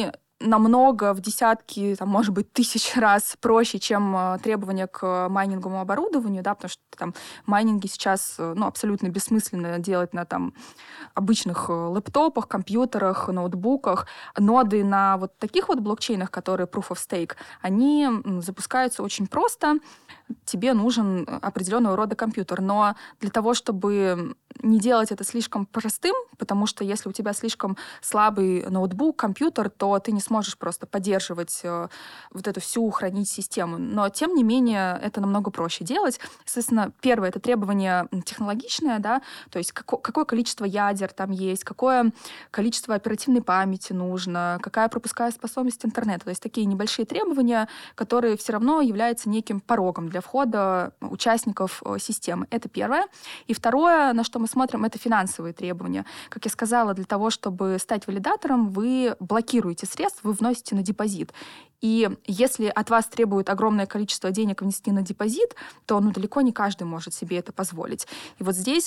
S3: намного в десятки, там, может быть, тысяч раз проще, чем э, требования к майнинговому оборудованию, да, потому что там майнинги сейчас э, ну, абсолютно бессмысленно делать на там, обычных э, лэптопах, компьютерах, ноутбуках. Ноды на вот таких вот блокчейнах, которые Proof of Stake, они м, запускаются очень просто. Тебе нужен определенного рода компьютер. Но для того, чтобы не делать это слишком простым, потому что если у тебя слишком слабый ноутбук, компьютер, то ты не сможешь просто поддерживать э, вот эту всю, хранить систему. Но, тем не менее, это намного проще делать. Естественно, первое — это требование технологичное, да, то есть како- какое количество ядер там есть, какое количество оперативной памяти нужно, какая пропускная способность интернета. То есть такие небольшие требования, которые все равно являются неким порогом для входа участников э, системы. Это первое. И второе, на что мы смотрим, это финансовые требования. Как я сказала, для того, чтобы стать валидатором, вы блокируете средства, вы вносите на депозит. И если от вас требуют огромное количество денег внести на депозит, то ну, далеко не каждый может себе это позволить. И вот здесь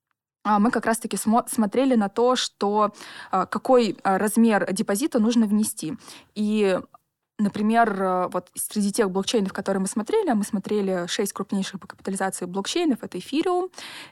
S3: а, мы как раз-таки смо- смотрели на то, что а, какой а, размер депозита нужно внести. И например, вот среди тех блокчейнов, которые мы смотрели, мы смотрели шесть крупнейших по капитализации блокчейнов. Это Ethereum,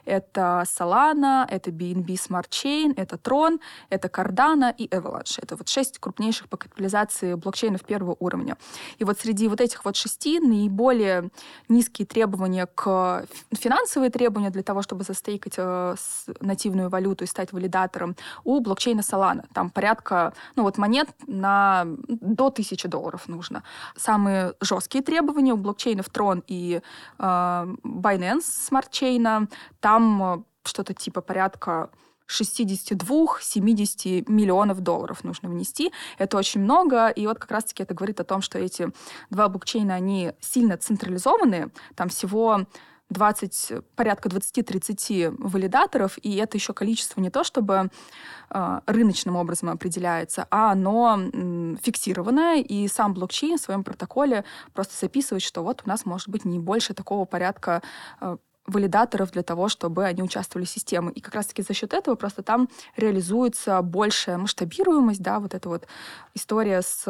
S3: это Solana, это би эн би Smart Chain, это Tron, это Cardano и Avalanche. Это вот шесть крупнейших по капитализации блокчейнов первого уровня. И вот среди вот этих вот шести наиболее низкие требования к финансовые требования для того, чтобы застейкать э, нативную валюту и стать валидатором у блокчейна Solana. Там порядка ну, вот монет на до тысячи долларов нужно. Самые жесткие требования у блокчейнов Tron и э, Binance Smart Chain, там э, что-то типа порядка шестьдесят два - семьдесят миллионов долларов нужно внести. Это очень много, и вот как раз-таки это говорит о том, что эти два блокчейна, они сильно централизованные, там всего двадцать, порядка двадцать-тридцать валидаторов, и это еще количество не то, чтобы э, рыночным образом определяется, а оно м, фиксированное, и сам блокчейн в своем протоколе просто записывает, что вот у нас может быть не больше такого порядка э, валидаторов для того, чтобы они участвовали в системе. И как раз-таки за счет этого просто там реализуется большая масштабируемость, да, вот эта вот история с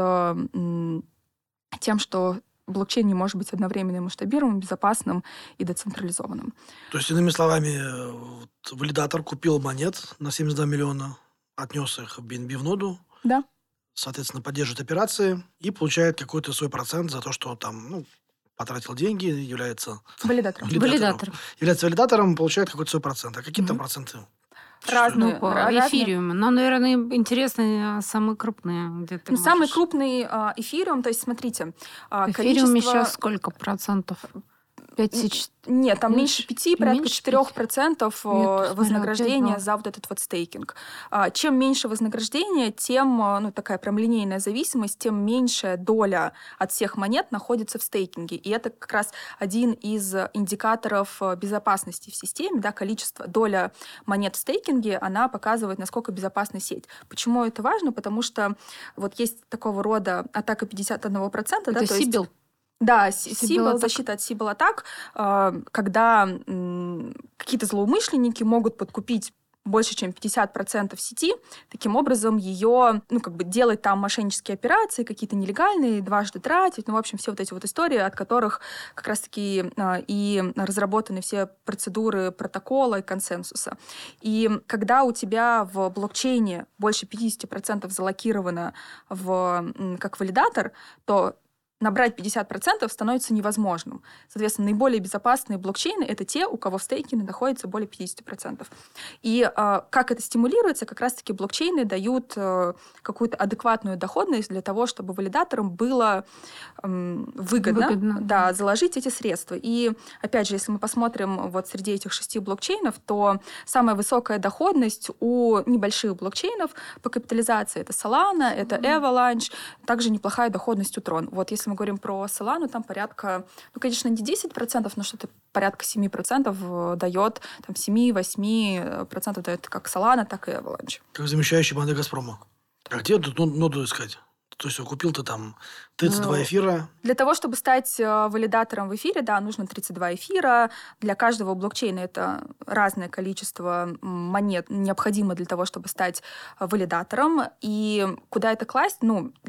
S3: э, тем, что блокчейн не может быть одновременно масштабируемым, безопасным и децентрализованным.
S2: То есть, иными словами, вот, валидатор купил монет на семьдесят два миллиона, отнес их в би эн би в ноду,
S3: Да.
S2: соответственно, поддерживает операции и получает какой-то свой процент за то, что он там, ну, потратил деньги, является
S3: Валидатором.
S1: Валидатором.
S2: Является валидатором, получает какой-то свой процент. А какие там
S3: Мгм.
S2: проценты?
S3: Разные.
S1: Ну, по
S3: ра- разные.
S1: эфириуму. Ну, наверное, интересно, самые крупные. Где ты
S3: Ну, самый
S1: можешь-
S3: крупный а, эфириум, то есть, смотрите, а,
S1: Эфириуме
S3: количество...
S1: сейчас сколько процентов? Пять тысяч.
S3: Нет, там меньше
S1: Меньше-
S3: пяти, порядка
S1: меньше
S3: четырех процентов
S1: Нет, смотрела,
S3: вознаграждения
S1: пять, да.
S3: за вот этот вот стейкинг. А, Чем меньше вознаграждения, тем, а, ну, такая прям линейная зависимость, тем меньшая доля от всех монет находится в стейкинге. И это как раз один из индикаторов а, безопасности в системе, да, количество, доля монет в стейкинге, она показывает, насколько безопасна сеть. Почему это важно? Потому что вот есть такого рода атака пятьдесят один процент.
S1: Это
S3: да, то есть-
S1: Сибил.
S3: Да,
S1: Сибил
S3: Сибил,
S1: атак.
S3: защита от Сибил атак, э, когда м, какие-то злоумышленники могут подкупить больше, чем пятьдесят процентов сети, таким образом ее, ну, как бы делать там мошеннические операции, какие-то нелегальные, дважды тратить, ну, в общем, все вот эти вот истории, от которых как раз-таки э, и разработаны все процедуры протокола и консенсуса. И когда у тебя в блокчейне больше пятьдесят процентов залокировано в, м, как валидатор, то набрать пятьдесят процентов становится невозможным. Соответственно, наиболее безопасные блокчейны — это те, у кого в стейкинге находится более пятьдесят процентов. И э, как это стимулируется? Как раз-таки блокчейны дают э, какую-то адекватную доходность для того, чтобы валидаторам было э, выгодно,
S1: Выгодно,
S3: да,
S1: да.
S3: заложить эти средства. И, опять же, если мы посмотрим вот среди этих шести блокчейнов, то самая высокая доходность у небольших блокчейнов по капитализации — это Solana, это Avalanche, также неплохая доходность у Tron. Вот если мы говорим про Solana, там порядка, ну, конечно, не десять процентов, но что-то порядка семь процентов дает, там семь-восемь процентов дает как Solana, так и Avalanche.
S2: Как замещающий банды «Газпрома». А где тут ноду ноду искать? То есть купил ты там тридцать два
S3: Ну,
S2: эфира.
S3: Для того, чтобы стать э, валидатором в эфире, да, нужно тридцать два эфира. Для каждого блокчейна это разное количество м, монет необходимо для того, чтобы стать э, валидатором. И куда это класть? Ну, для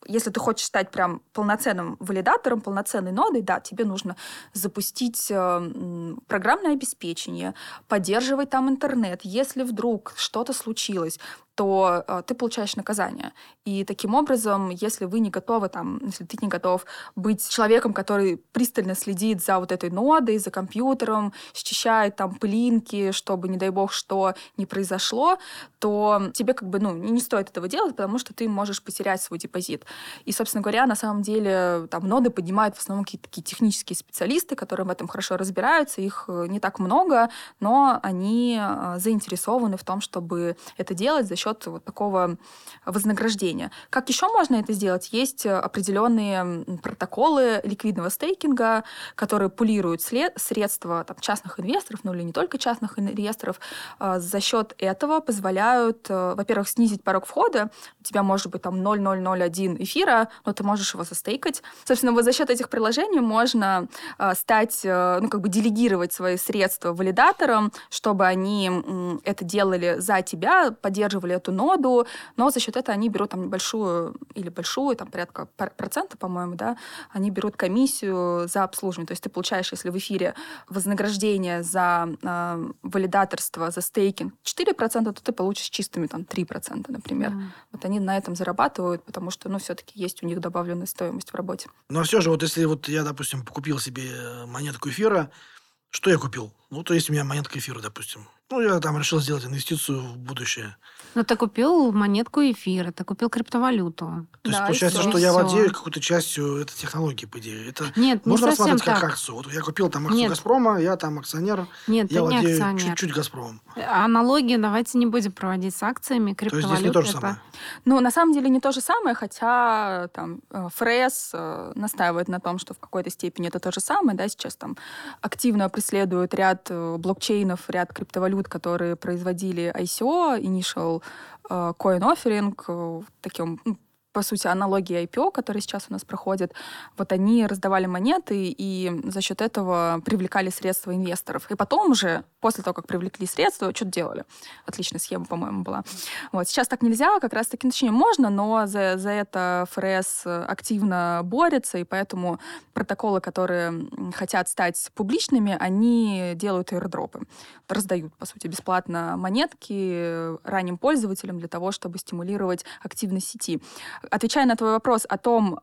S3: если ты хочешь стать прям полноценным валидатором, полноценной нодой, да, тебе нужно запустить э, программное обеспечение, поддерживать там интернет. Если вдруг что-то случилось, то э, ты получаешь наказание. И таким образом, если вы не готовы, там, если ты не готов быть человеком, который пристально следит за вот этой нодой, за компьютером, счищает там пылинки, чтобы, не дай бог, что не произошло, то тебе как бы, ну, не стоит этого делать, потому что ты можешь потерять свой депозит. И, собственно говоря, на самом деле там ноды поднимают в основном какие-то такие технические специалисты, которые в этом хорошо разбираются. Их не так много, но они заинтересованы в том, чтобы это делать за счет вот такого вознаграждения. Как еще можно это сделать? Есть определенные протоколы ликвидного стейкинга, которые пулируют след- средства там, частных инвесторов, ну или не только частных инвесторов. За счет этого позволяют, во-первых, снизить порог входа. У тебя может быть там ноль целых ноль ноль один эфира, но ты можешь его застейкать. Собственно, вот за счет этих приложений можно стать, ну как бы делегировать свои средства валидаторам, чтобы они это делали за тебя, поддерживали эту ноду, но за счет этого они берут там небольшую или большую, там порядка процента, по-моему, да, они берут комиссию за обслуживание. То есть ты получаешь, если в эфире вознаграждение за э, валидаторство, за стейкинг четыре процента, то ты получишь чистыми там три процента, например. Mm. Вот они на этом зарабатывают, потому что, ну, все-таки есть у них добавленная стоимость в работе.
S2: Но все же, вот если вот я, допустим, купил себе монетку эфира, что я купил? Ну, то есть у меня монетка эфира, допустим. Ну, я там решил сделать инвестицию в будущее.
S1: Ну, ты купил монетку эфира, ты купил криптовалюту.
S2: То есть
S3: Да,
S2: получается,
S3: и всё.
S2: что
S1: И
S2: я
S1: всё.
S2: владею какой-то частью этой технологии, по идее. Это
S1: Нет, не
S2: можно
S1: совсем
S2: рассматривать как
S1: так.
S2: акцию. Вот я купил там акцию
S1: Нет.
S2: «Газпрома», я там акционер,
S1: Нет,
S2: я
S1: ты не
S2: владею
S1: акционер.
S2: чуть-чуть «Газпромом».
S1: Аналогии давайте не будем проводить с акциями.
S2: То есть здесь
S1: Криптовалюта
S2: не то же
S1: это...
S2: самое.
S3: Ну, на самом деле не то же самое, хотя там ФРС настаивает на том, что в какой-то степени это то же самое, да, сейчас там активно преследуют ряд блокчейнов, ряд криптовалют, которые производили ай си о, Initial Coin Offering, таким, по сути, аналогии ай пи о, которые сейчас у нас проходят. Вот они раздавали монеты и за счет этого привлекали средства инвесторов. И потом уже, после того, как привлекли средства, что-то делали. Отличная схема, по-моему, была. Вот. Сейчас так нельзя, как раз-таки, точнее, можно, но за, за это ФРС активно борется, и поэтому протоколы, которые хотят стать публичными, они делают airdropы. Раздают, по сути, бесплатно монетки ранним пользователям для того, чтобы стимулировать активность сети. Отвечая на твой вопрос о том,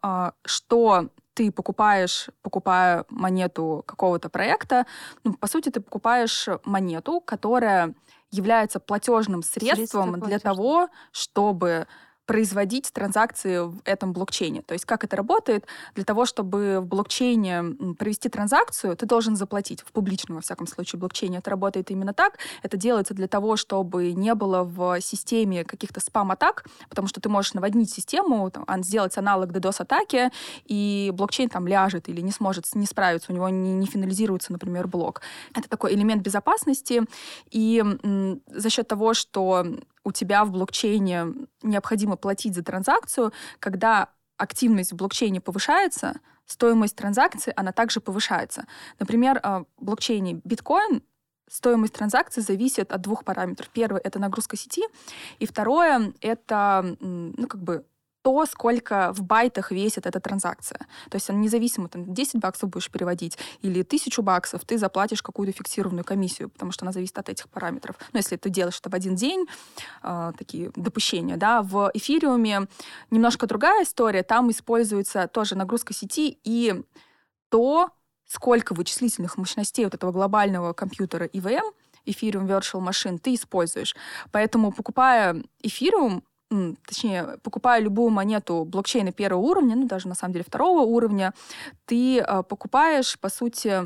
S3: что ты покупаешь, покупая монету какого-то проекта, ну, по сути, ты покупаешь монету, которая является платежным средством
S1: Средство
S3: для
S1: платежное.
S3: того, чтобы производить транзакции в этом блокчейне. То есть как это работает? Для того, чтобы в блокчейне провести транзакцию, ты должен заплатить. В публичном, во всяком случае, блокчейне это работает именно так. Это делается для того, чтобы не было в системе каких-то спам-атак, потому что ты можешь наводнить систему, там, сделать аналог ддос-атаки, и блокчейн там ляжет или не сможет, не справиться, у него не, не финализируется, например, блок. Это такой элемент безопасности. И м, за счет того, что у тебя в блокчейне необходимо платить за транзакцию, когда активность в блокчейне повышается, стоимость транзакции, она также повышается. Например, в блокчейне биткоин стоимость транзакции зависит от двух параметров. Первый — это нагрузка сети, и второе — это, ну, как бы, то, сколько в байтах весит эта транзакция. То есть независимо, там, десять баксов будешь переводить или тысячу баксов, ты заплатишь какую-то фиксированную комиссию, потому что она зависит от этих параметров. Но если ты делаешь это в один день, э, такие допущения, да, в эфириуме немножко другая история, там используется тоже нагрузка сети и то, сколько вычислительных мощностей вот этого глобального компьютера и ви эм, Ethereum Virtual Machine, ты используешь. Поэтому, покупая эфириум, точнее, покупая любую монету блокчейна первого уровня, ну, даже, на самом деле, второго уровня, ты э, покупаешь, по сути,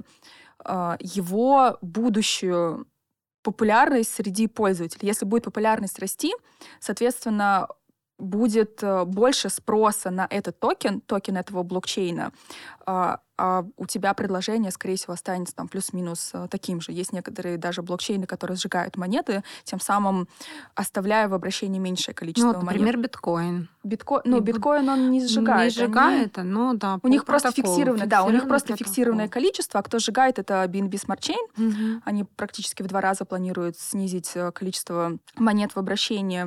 S3: э, его будущую популярность среди пользователей. Если будет популярность расти, соответственно, будет э, больше спроса на этот токен, токен этого блокчейна, э, а у тебя предложение, скорее всего, останется там плюс-минус э, таким же. Есть некоторые даже блокчейны, которые сжигают монеты, тем самым оставляя в обращении меньшее количество
S1: Ну, вот,
S3: монет.
S1: например, биткоин.
S3: Биткоин, ну,
S1: И
S3: биткоин он не сжигает.
S1: Не сжигает, они... но да.
S3: У них просто фиксированное, да, у них просто протокол. фиксированное количество, а кто сжигает, это би эн би Smart Chain. Угу. Они практически в два раза планируют снизить количество монет в обращении.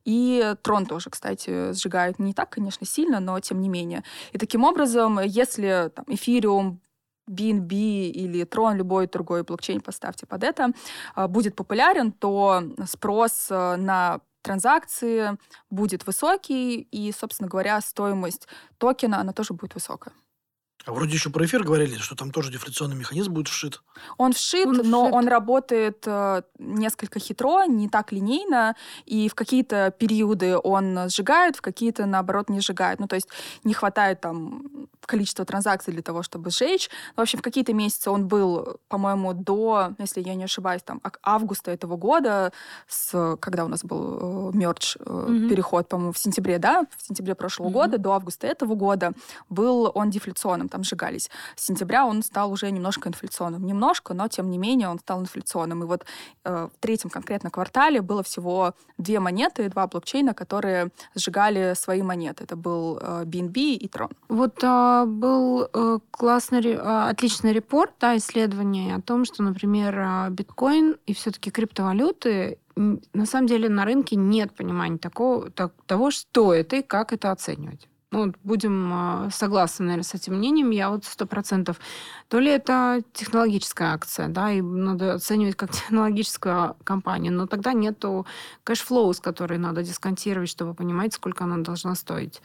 S3: И Трон тоже, кстати, сжигают не так, конечно, сильно, но тем не менее. И таким образом, если там, Ethereum, би эн би или Tron, любой другой блокчейн, поставьте под это, будет популярен, то спрос на транзакции будет высокий, и, собственно говоря, стоимость токена, она тоже будет высокая.
S2: А вроде еще про эфир говорили, что там тоже дефляционный механизм будет вшит.
S3: Он вшит, он но вшит. Он работает э, несколько хитро, не так линейно, и в какие-то периоды он сжигает, в какие-то, наоборот, не сжигает. Ну, то есть не хватает там количества транзакций для того, чтобы сжечь. В общем, в какие-то месяцы он был, по-моему, до, если я не ошибаюсь, там, августа этого года, с, когда у нас был э, мердж, э, mm-hmm. переход, по-моему, в сентябре, да, в сентябре прошлого mm-hmm. года, до августа этого года, был он дефляционным, там сжигались. С сентября он стал уже немножко инфляционным. Немножко, но тем не менее он стал инфляционным. И вот э, в третьем конкретно квартале было всего две монеты, два блокчейна, которые сжигали свои монеты. Это был э, би эн би и Tron.
S1: Вот э, был э, классный, э, отличный репорт, да, исследование о том, что, например, биткоин и все-таки криптовалюты, на самом деле на рынке нет понимания такого, так, того, что это и как это оценивать. Ну, будем согласны, наверное, с этим мнением. Я вот сто процентов. То ли это технологическая акция, да, и надо оценивать как технологическую компанию, но тогда нету кэшфлоу, с которой надо дисконтировать, чтобы понимать, сколько она должна стоить.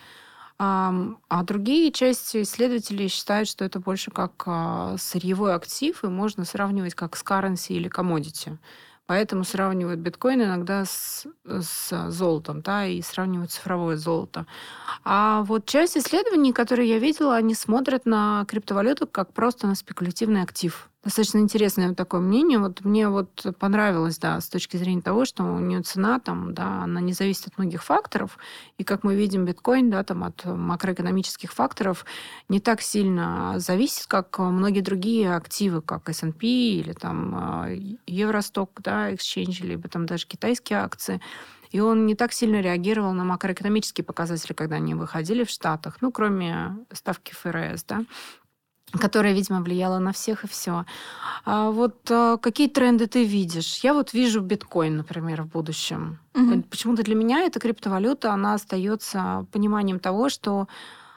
S1: А, а другие части исследователей считают, что это больше как сырьевой актив, и можно сравнивать как с currency или commodity. Поэтому сравнивают биткоин иногда с, с золотом, да, и сравнивают цифровое золото. А вот часть исследований, которые я видела, они смотрят на криптовалюту как просто на спекулятивный актив. Достаточно интересное вот такое мнение. Вот мне вот понравилось, да, с точки зрения того, что у нее цена там, да, она не зависит от многих факторов. И как мы видим, биткоин, да, там от макроэкономических факторов не так сильно зависит, как многие другие активы, как эс энд пи или там Евросток, да, Exchange, либо там даже китайские акции. И он не так сильно реагировал на макроэкономические показатели, когда они выходили в Штатах, ну, кроме ставки эф эр эс, да, которая, видимо, влияла на всех и все. А вот а, какие тренды ты видишь? Я вот вижу биткоин, например, в будущем. Угу. Почему-то для меня эта криптовалюта, она остается пониманием того, что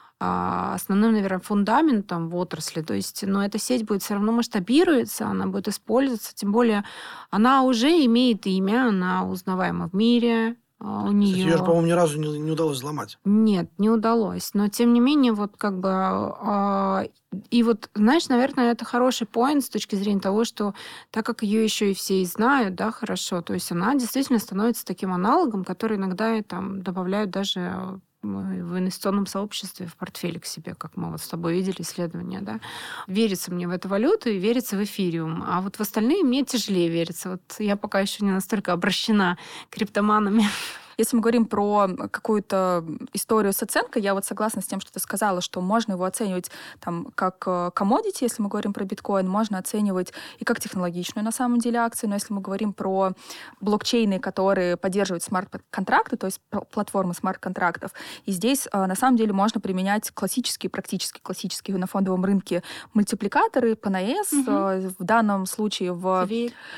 S1: а, основным, наверное, фундаментом в отрасли, то есть, но эта сеть будет все равно масштабируется, она будет использоваться, тем более она уже имеет имя, она узнаваема в мире. У нее...
S2: Кстати, ее же, по-моему, ни разу не, не удалось взломать.
S1: Нет, не удалось. Но, тем не менее, вот как бы... Э, и вот, знаешь, наверное, это хороший поинт с точки зрения того, что так как ее еще и все и знают, да, хорошо, то есть она действительно становится таким аналогом, который иногда там добавляют даже в инвестиционном сообществе в портфеле к себе, как мы вот с тобой видели исследования, да. Верится мне в эту валюту и верится в эфириум. А вот в остальные мне тяжелее верится. Вот я пока еще не настолько обращена криптоманами.
S3: Если мы говорим про какую-то историю с оценкой, я вот согласна с тем, что ты сказала, что можно его оценивать там, как commodity, если мы говорим про биткоин, можно оценивать и как технологичную на самом деле акцию, но если мы говорим про блокчейны, которые поддерживают смарт-контракты, то есть платформы смарт-контрактов, и здесь на самом деле можно применять классические, практически классические на фондовом рынке мультипликаторы, пи эн эс, угу. В данном случае в,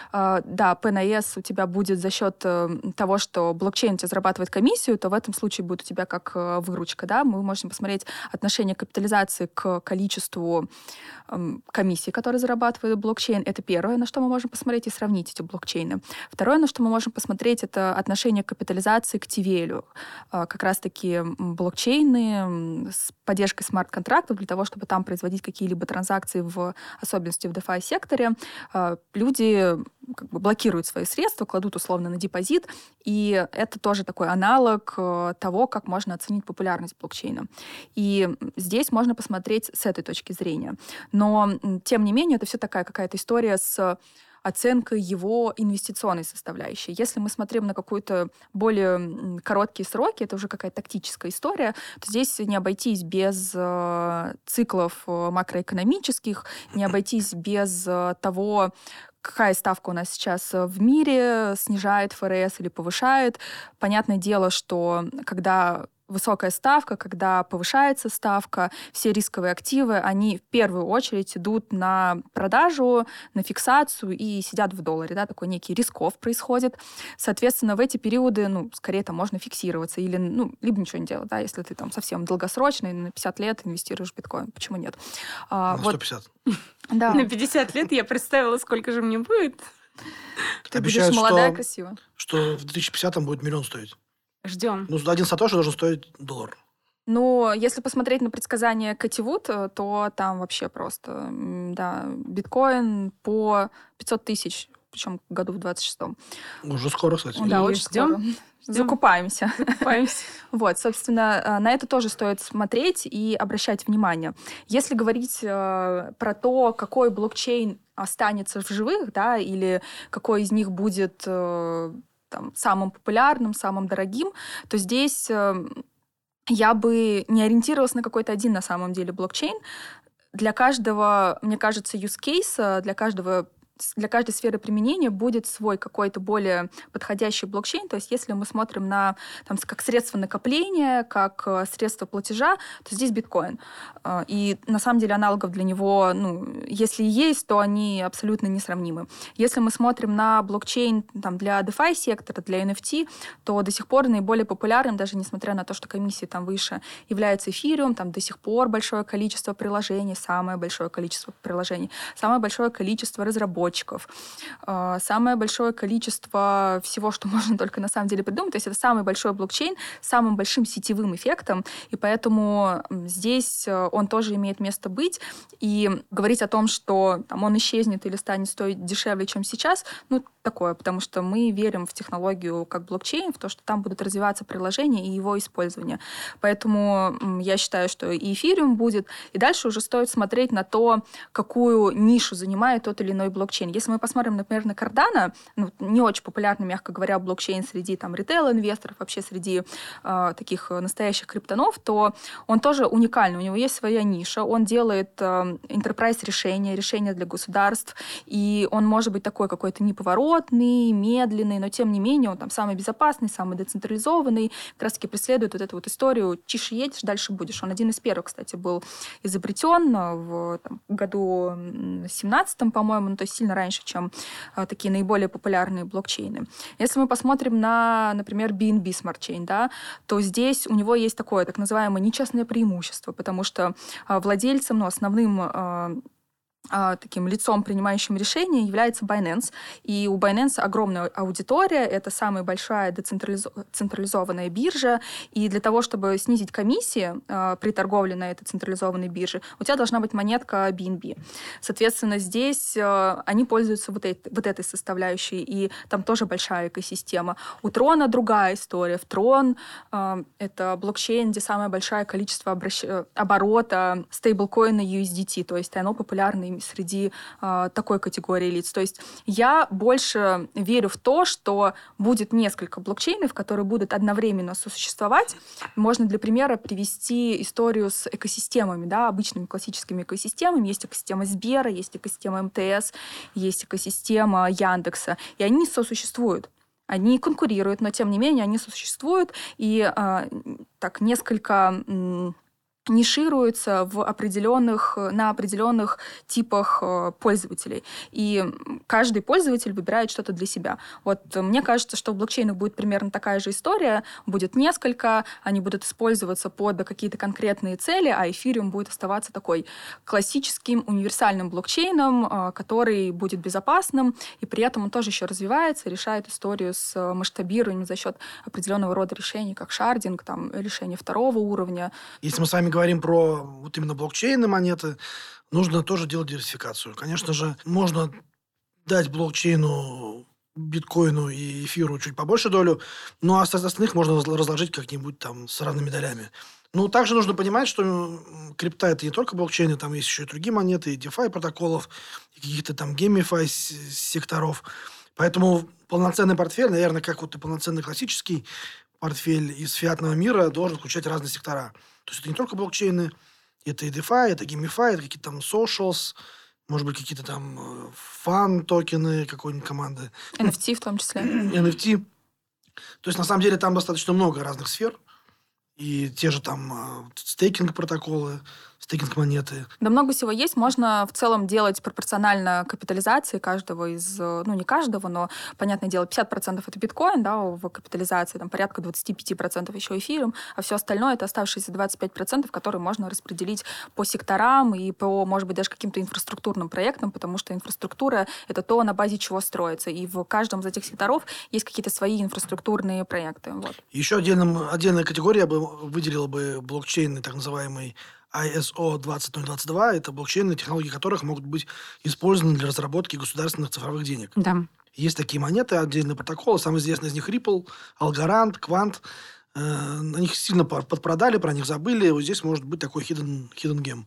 S3: да, пи эн эс у тебя будет за счет того, что блокчейн у тебя зарабатывает комиссию, то в этом случае будет у тебя как выручка. Да? Мы можем посмотреть отношение капитализации к количеству эм, комиссий, которые зарабатывает блокчейн. Это первое, на что мы можем посмотреть и сравнить эти блокчейны. Второе, на что мы можем посмотреть, это отношение капитализации к ти ви эл. Э, как раз-таки блокчейны с поддержкой смарт-контрактов для того, чтобы там производить какие-либо транзакции, в особенности в DeFi-секторе. Э, люди как бы блокируют свои средства, кладут условно на депозит, и это тоже такой аналог того, как можно оценить популярность блокчейна. И здесь можно посмотреть с этой точки зрения. Но, тем не менее, это все такая какая-то история с оценкой его инвестиционной составляющей. Если мы смотрим на какие-то более короткие сроки, это уже какая-то тактическая история, то здесь не обойтись без э, циклов макроэкономических, не обойтись без э, того, какая ставка у нас сейчас в мире, снижает эф эр эс или повышает. Понятное дело, что когда высокая ставка, когда повышается ставка, все рисковые активы, они в первую очередь идут на продажу, на фиксацию и сидят в долларе, да, такой некий рисков происходит. Соответственно, в эти периоды, ну, скорее там можно фиксироваться или, ну, либо ничего не делать, да, если ты там совсем долгосрочный, на пятьдесят лет инвестируешь в биткоин, почему нет?
S2: А, на сто пятьдесят.
S3: Вот, да.
S1: На пятьдесят лет я представила, сколько же мне будет.
S3: Ты будешь молодая,
S2: что,
S3: красивая.
S2: Что в две тысячи пятидесятом будет миллион стоить.
S1: Ждем.
S2: Ну, один сатоши должен стоить доллар.
S3: Ну, если посмотреть на предсказания Кэти Вуд, то там вообще просто, да, биткоин по пятьсот тысяч, причем году в двадцать шестом.
S2: Уже скоро, кстати.
S3: Да,
S1: И
S3: очень
S1: ждем?
S3: скоро.
S1: Ждем.
S3: Закупаемся.
S1: Закупаемся.
S3: Вот, собственно, на это тоже стоит смотреть и обращать внимание. Если говорить э, про то, какой блокчейн останется в живых, да, или какой из них будет э, там, самым популярным, самым дорогим, то здесь э, я бы не ориентировалась на какой-то один на самом деле блокчейн. Для каждого, мне кажется, use case, для каждого для каждой сферы применения будет свой какой-то более подходящий блокчейн. То есть если мы смотрим на там, как средство накопления, как средство платежа, то здесь биткоин. И на самом деле аналогов для него, ну, если и есть, то они абсолютно несравнимы. Если мы смотрим на блокчейн там, для DeFi сектора, для эн эф ти, то до сих пор наиболее популярным, даже несмотря на то, что комиссии там выше, является эфириум. Там до сих пор большое количество приложений, самое большое количество приложений, самое большое количество разработчиков, самое большое количество всего, что можно только на самом деле придумать. То есть это самый большой блокчейн с самым большим сетевым эффектом, и поэтому здесь он тоже имеет место быть. И говорить о том, что там, он исчезнет или станет стоить дешевле, чем сейчас, ну, такое, потому что мы верим в технологию как блокчейн, в то, что там будут развиваться приложения и его использование. Поэтому я считаю, что и эфириум будет, и дальше уже стоит смотреть на то, какую нишу занимает тот или иной блокчейн. Если мы посмотрим, например, на Cardano, ну, не очень популярный, мягко говоря, блокчейн среди там ритейл-инвесторов, вообще среди э, таких настоящих криптонов, то он тоже уникальный. У него есть своя ниша. Он делает э, enterprise-решения, решения для государств, и он может быть такой какой-то неповоротный, медленный, но тем не менее он там самый безопасный, самый децентрализованный, как раз-таки преследует вот эту вот историю «тише едешь, дальше будешь». Он один из первых, кстати, был изобретен в там, году семнадцатом, по-моему, ну, то есть сильно раньше, чем а, такие наиболее популярные блокчейны. Если мы посмотрим на, например, би эн би Smart Chain, да, то здесь у него есть такое так называемое нечестное преимущество, потому что а, владельцем, ну, основным а, таким лицом, принимающим решения, является Binance. И у Binance огромная аудитория, это самая большая децентрализованная биржа, и для того, чтобы снизить комиссии э, при торговле на этой централизованной бирже, у тебя должна быть монетка би эн би. Соответственно, здесь э, они пользуются вот, этой, вот этой составляющей, и там тоже большая экосистема. У Трона другая история. В Трон э, это блокчейн, где самое большое количество обращ... оборота стейблкоина ю эс ди ти, то есть оно популярно среди э, такой категории лиц. То есть я больше верю в то, что будет несколько блокчейнов, которые будут одновременно сосуществовать. Можно для примера привести историю с экосистемами, да, обычными классическими экосистемами. Есть экосистема Сбера, есть экосистема эм тэ эс, есть экосистема Яндекса, и они сосуществуют. Они конкурируют, но тем не менее они сосуществуют, и э, так несколько... М- нишируются в определенных, на определенных типах пользователей. И каждый пользователь выбирает что-то для себя. Вот мне кажется, что в блокчейнах будет примерно такая же история. Будет несколько, они будут использоваться под какие-то конкретные цели, а эфириум будет оставаться такой классическим универсальным блокчейном, который будет безопасным, и при этом он тоже еще развивается, решает историю с масштабированием за счет определенного рода решений, как шардинг, там, решения второго уровня.
S2: Если мы с вами говорим про вот именно блокчейны монеты, нужно тоже делать диверсификацию. Конечно же, можно дать блокчейну, биткоину и эфиру чуть побольше долю, но остальных можно разложить как-нибудь там с разными долями. Ну, также нужно понимать, что крипта – это не только блокчейны, там есть еще и другие монеты, и DeFi протоколов, и каких-то там GameFi секторов. Поэтому полноценный портфель, наверное, как вот и полноценный классический портфель из фиатного мира, должен включать разные сектора. То есть это не только блокчейны, это и DeFi, это GameFi, это какие-то там socials, может быть, какие-то там фан-токены какой-нибудь команды.
S3: эн эф ти в том числе.
S2: эн эф ти. То есть, на самом деле, там достаточно много разных сфер. и те же там э, стейкинг-протоколы, стейкинг-монеты.
S3: Да много всего есть. Можно в целом делать пропорционально капитализации каждого из... Ну, не каждого, но, понятное дело, пятьдесят процентов это биткоин, да, в капитализации, там порядка двадцать пять процентов еще эфиром, а все остальное это оставшиеся двадцать пять процентов, которые можно распределить по секторам и по, может быть, даже каким-то инфраструктурным проектам, потому что инфраструктура — это то, на базе чего строится. И в каждом из этих секторов есть какие-то свои инфраструктурные проекты. Вот.
S2: Еще отдельным, отдельная категория я бы выделила бы блокчейн, так называемый ай эс о двадцать ноль двадцать два. Это блокчейны, технологии которых могут быть использованы для разработки государственных цифровых денег.
S1: Да.
S2: Есть такие монеты, отдельные протоколы. Самый известный из них Ripple, Algorand, Quant. Э, на них сильно подпродали, про них забыли. Вот здесь может быть такой hidden, hidden gem.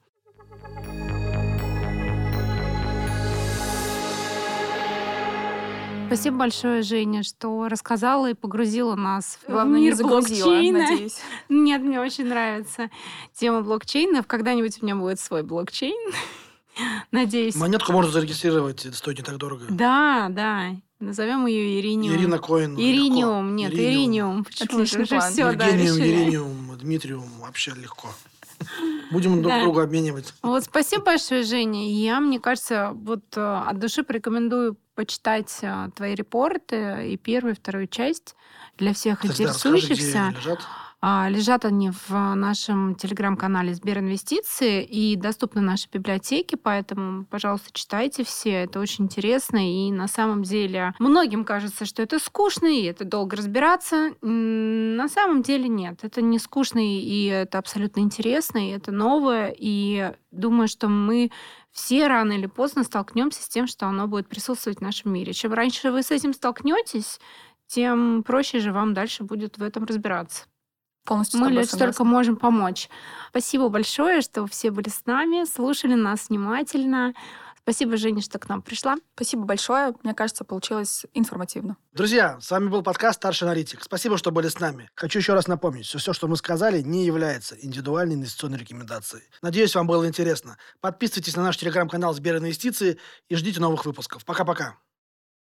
S1: Спасибо большое, Женя, что рассказала и погрузила нас в
S3: Главное,
S1: мир
S3: не загрузила,
S1: блокчейна.
S3: надеюсь.
S1: Нет, мне очень нравится тема блокчейнов. Когда-нибудь у меня будет свой блокчейн. Надеюсь.
S2: Монетку можно зарегистрировать, это стоит не так дорого.
S1: Да, да. Назовем ее Ириниум.
S2: Ирина Коин.
S1: Ириниум, нет,
S2: Ириниум.
S1: Ириниум. Почему
S3: Отличный
S1: же
S3: план.
S1: все, да,
S2: Евгениум,
S1: решили.
S2: Ириниум, Дмитриум. Вообще легко. Будем друг
S1: Да.
S2: друга обменивать.
S1: Вот спасибо большое, Женя. Я, мне кажется, вот э, от души порекомендую почитать э, твои репорты и первую, и вторую часть для всех
S2: Кстати, да, расскажи, где
S1: интересующихся.
S2: они лежат.
S1: А, Лежат они в нашем телеграм-канале Сберинвестиции и доступны в нашей библиотеке, поэтому, пожалуйста, читайте все. Это очень интересно. И на самом деле многим кажется, что это скучно, и это долго разбираться. М, На самом деле нет. Это не скучно, и это абсолютно интересно, и это новое. И думаю, что мы все рано или поздно столкнемся с тем, что оно будет присутствовать в нашем мире. Чем раньше вы с этим столкнетесь, тем проще же вам дальше будет в этом разбираться.
S3: Полностью с
S1: Мы
S3: тобой
S1: лишь
S3: согласна.
S1: только можем помочь. Спасибо большое, что все были с нами, слушали нас внимательно. Спасибо, Женя, что к нам пришла.
S3: Спасибо большое. Мне кажется, получилось информативно.
S2: Друзья, с вами был подкаст «Старший аналитик». Спасибо, что были с нами. Хочу еще раз напомнить, что все, что мы сказали, не является индивидуальной инвестиционной рекомендацией. Надеюсь, вам было интересно. Подписывайтесь на наш телеграм-канал Сберинвестиции и ждите новых выпусков. Пока-пока.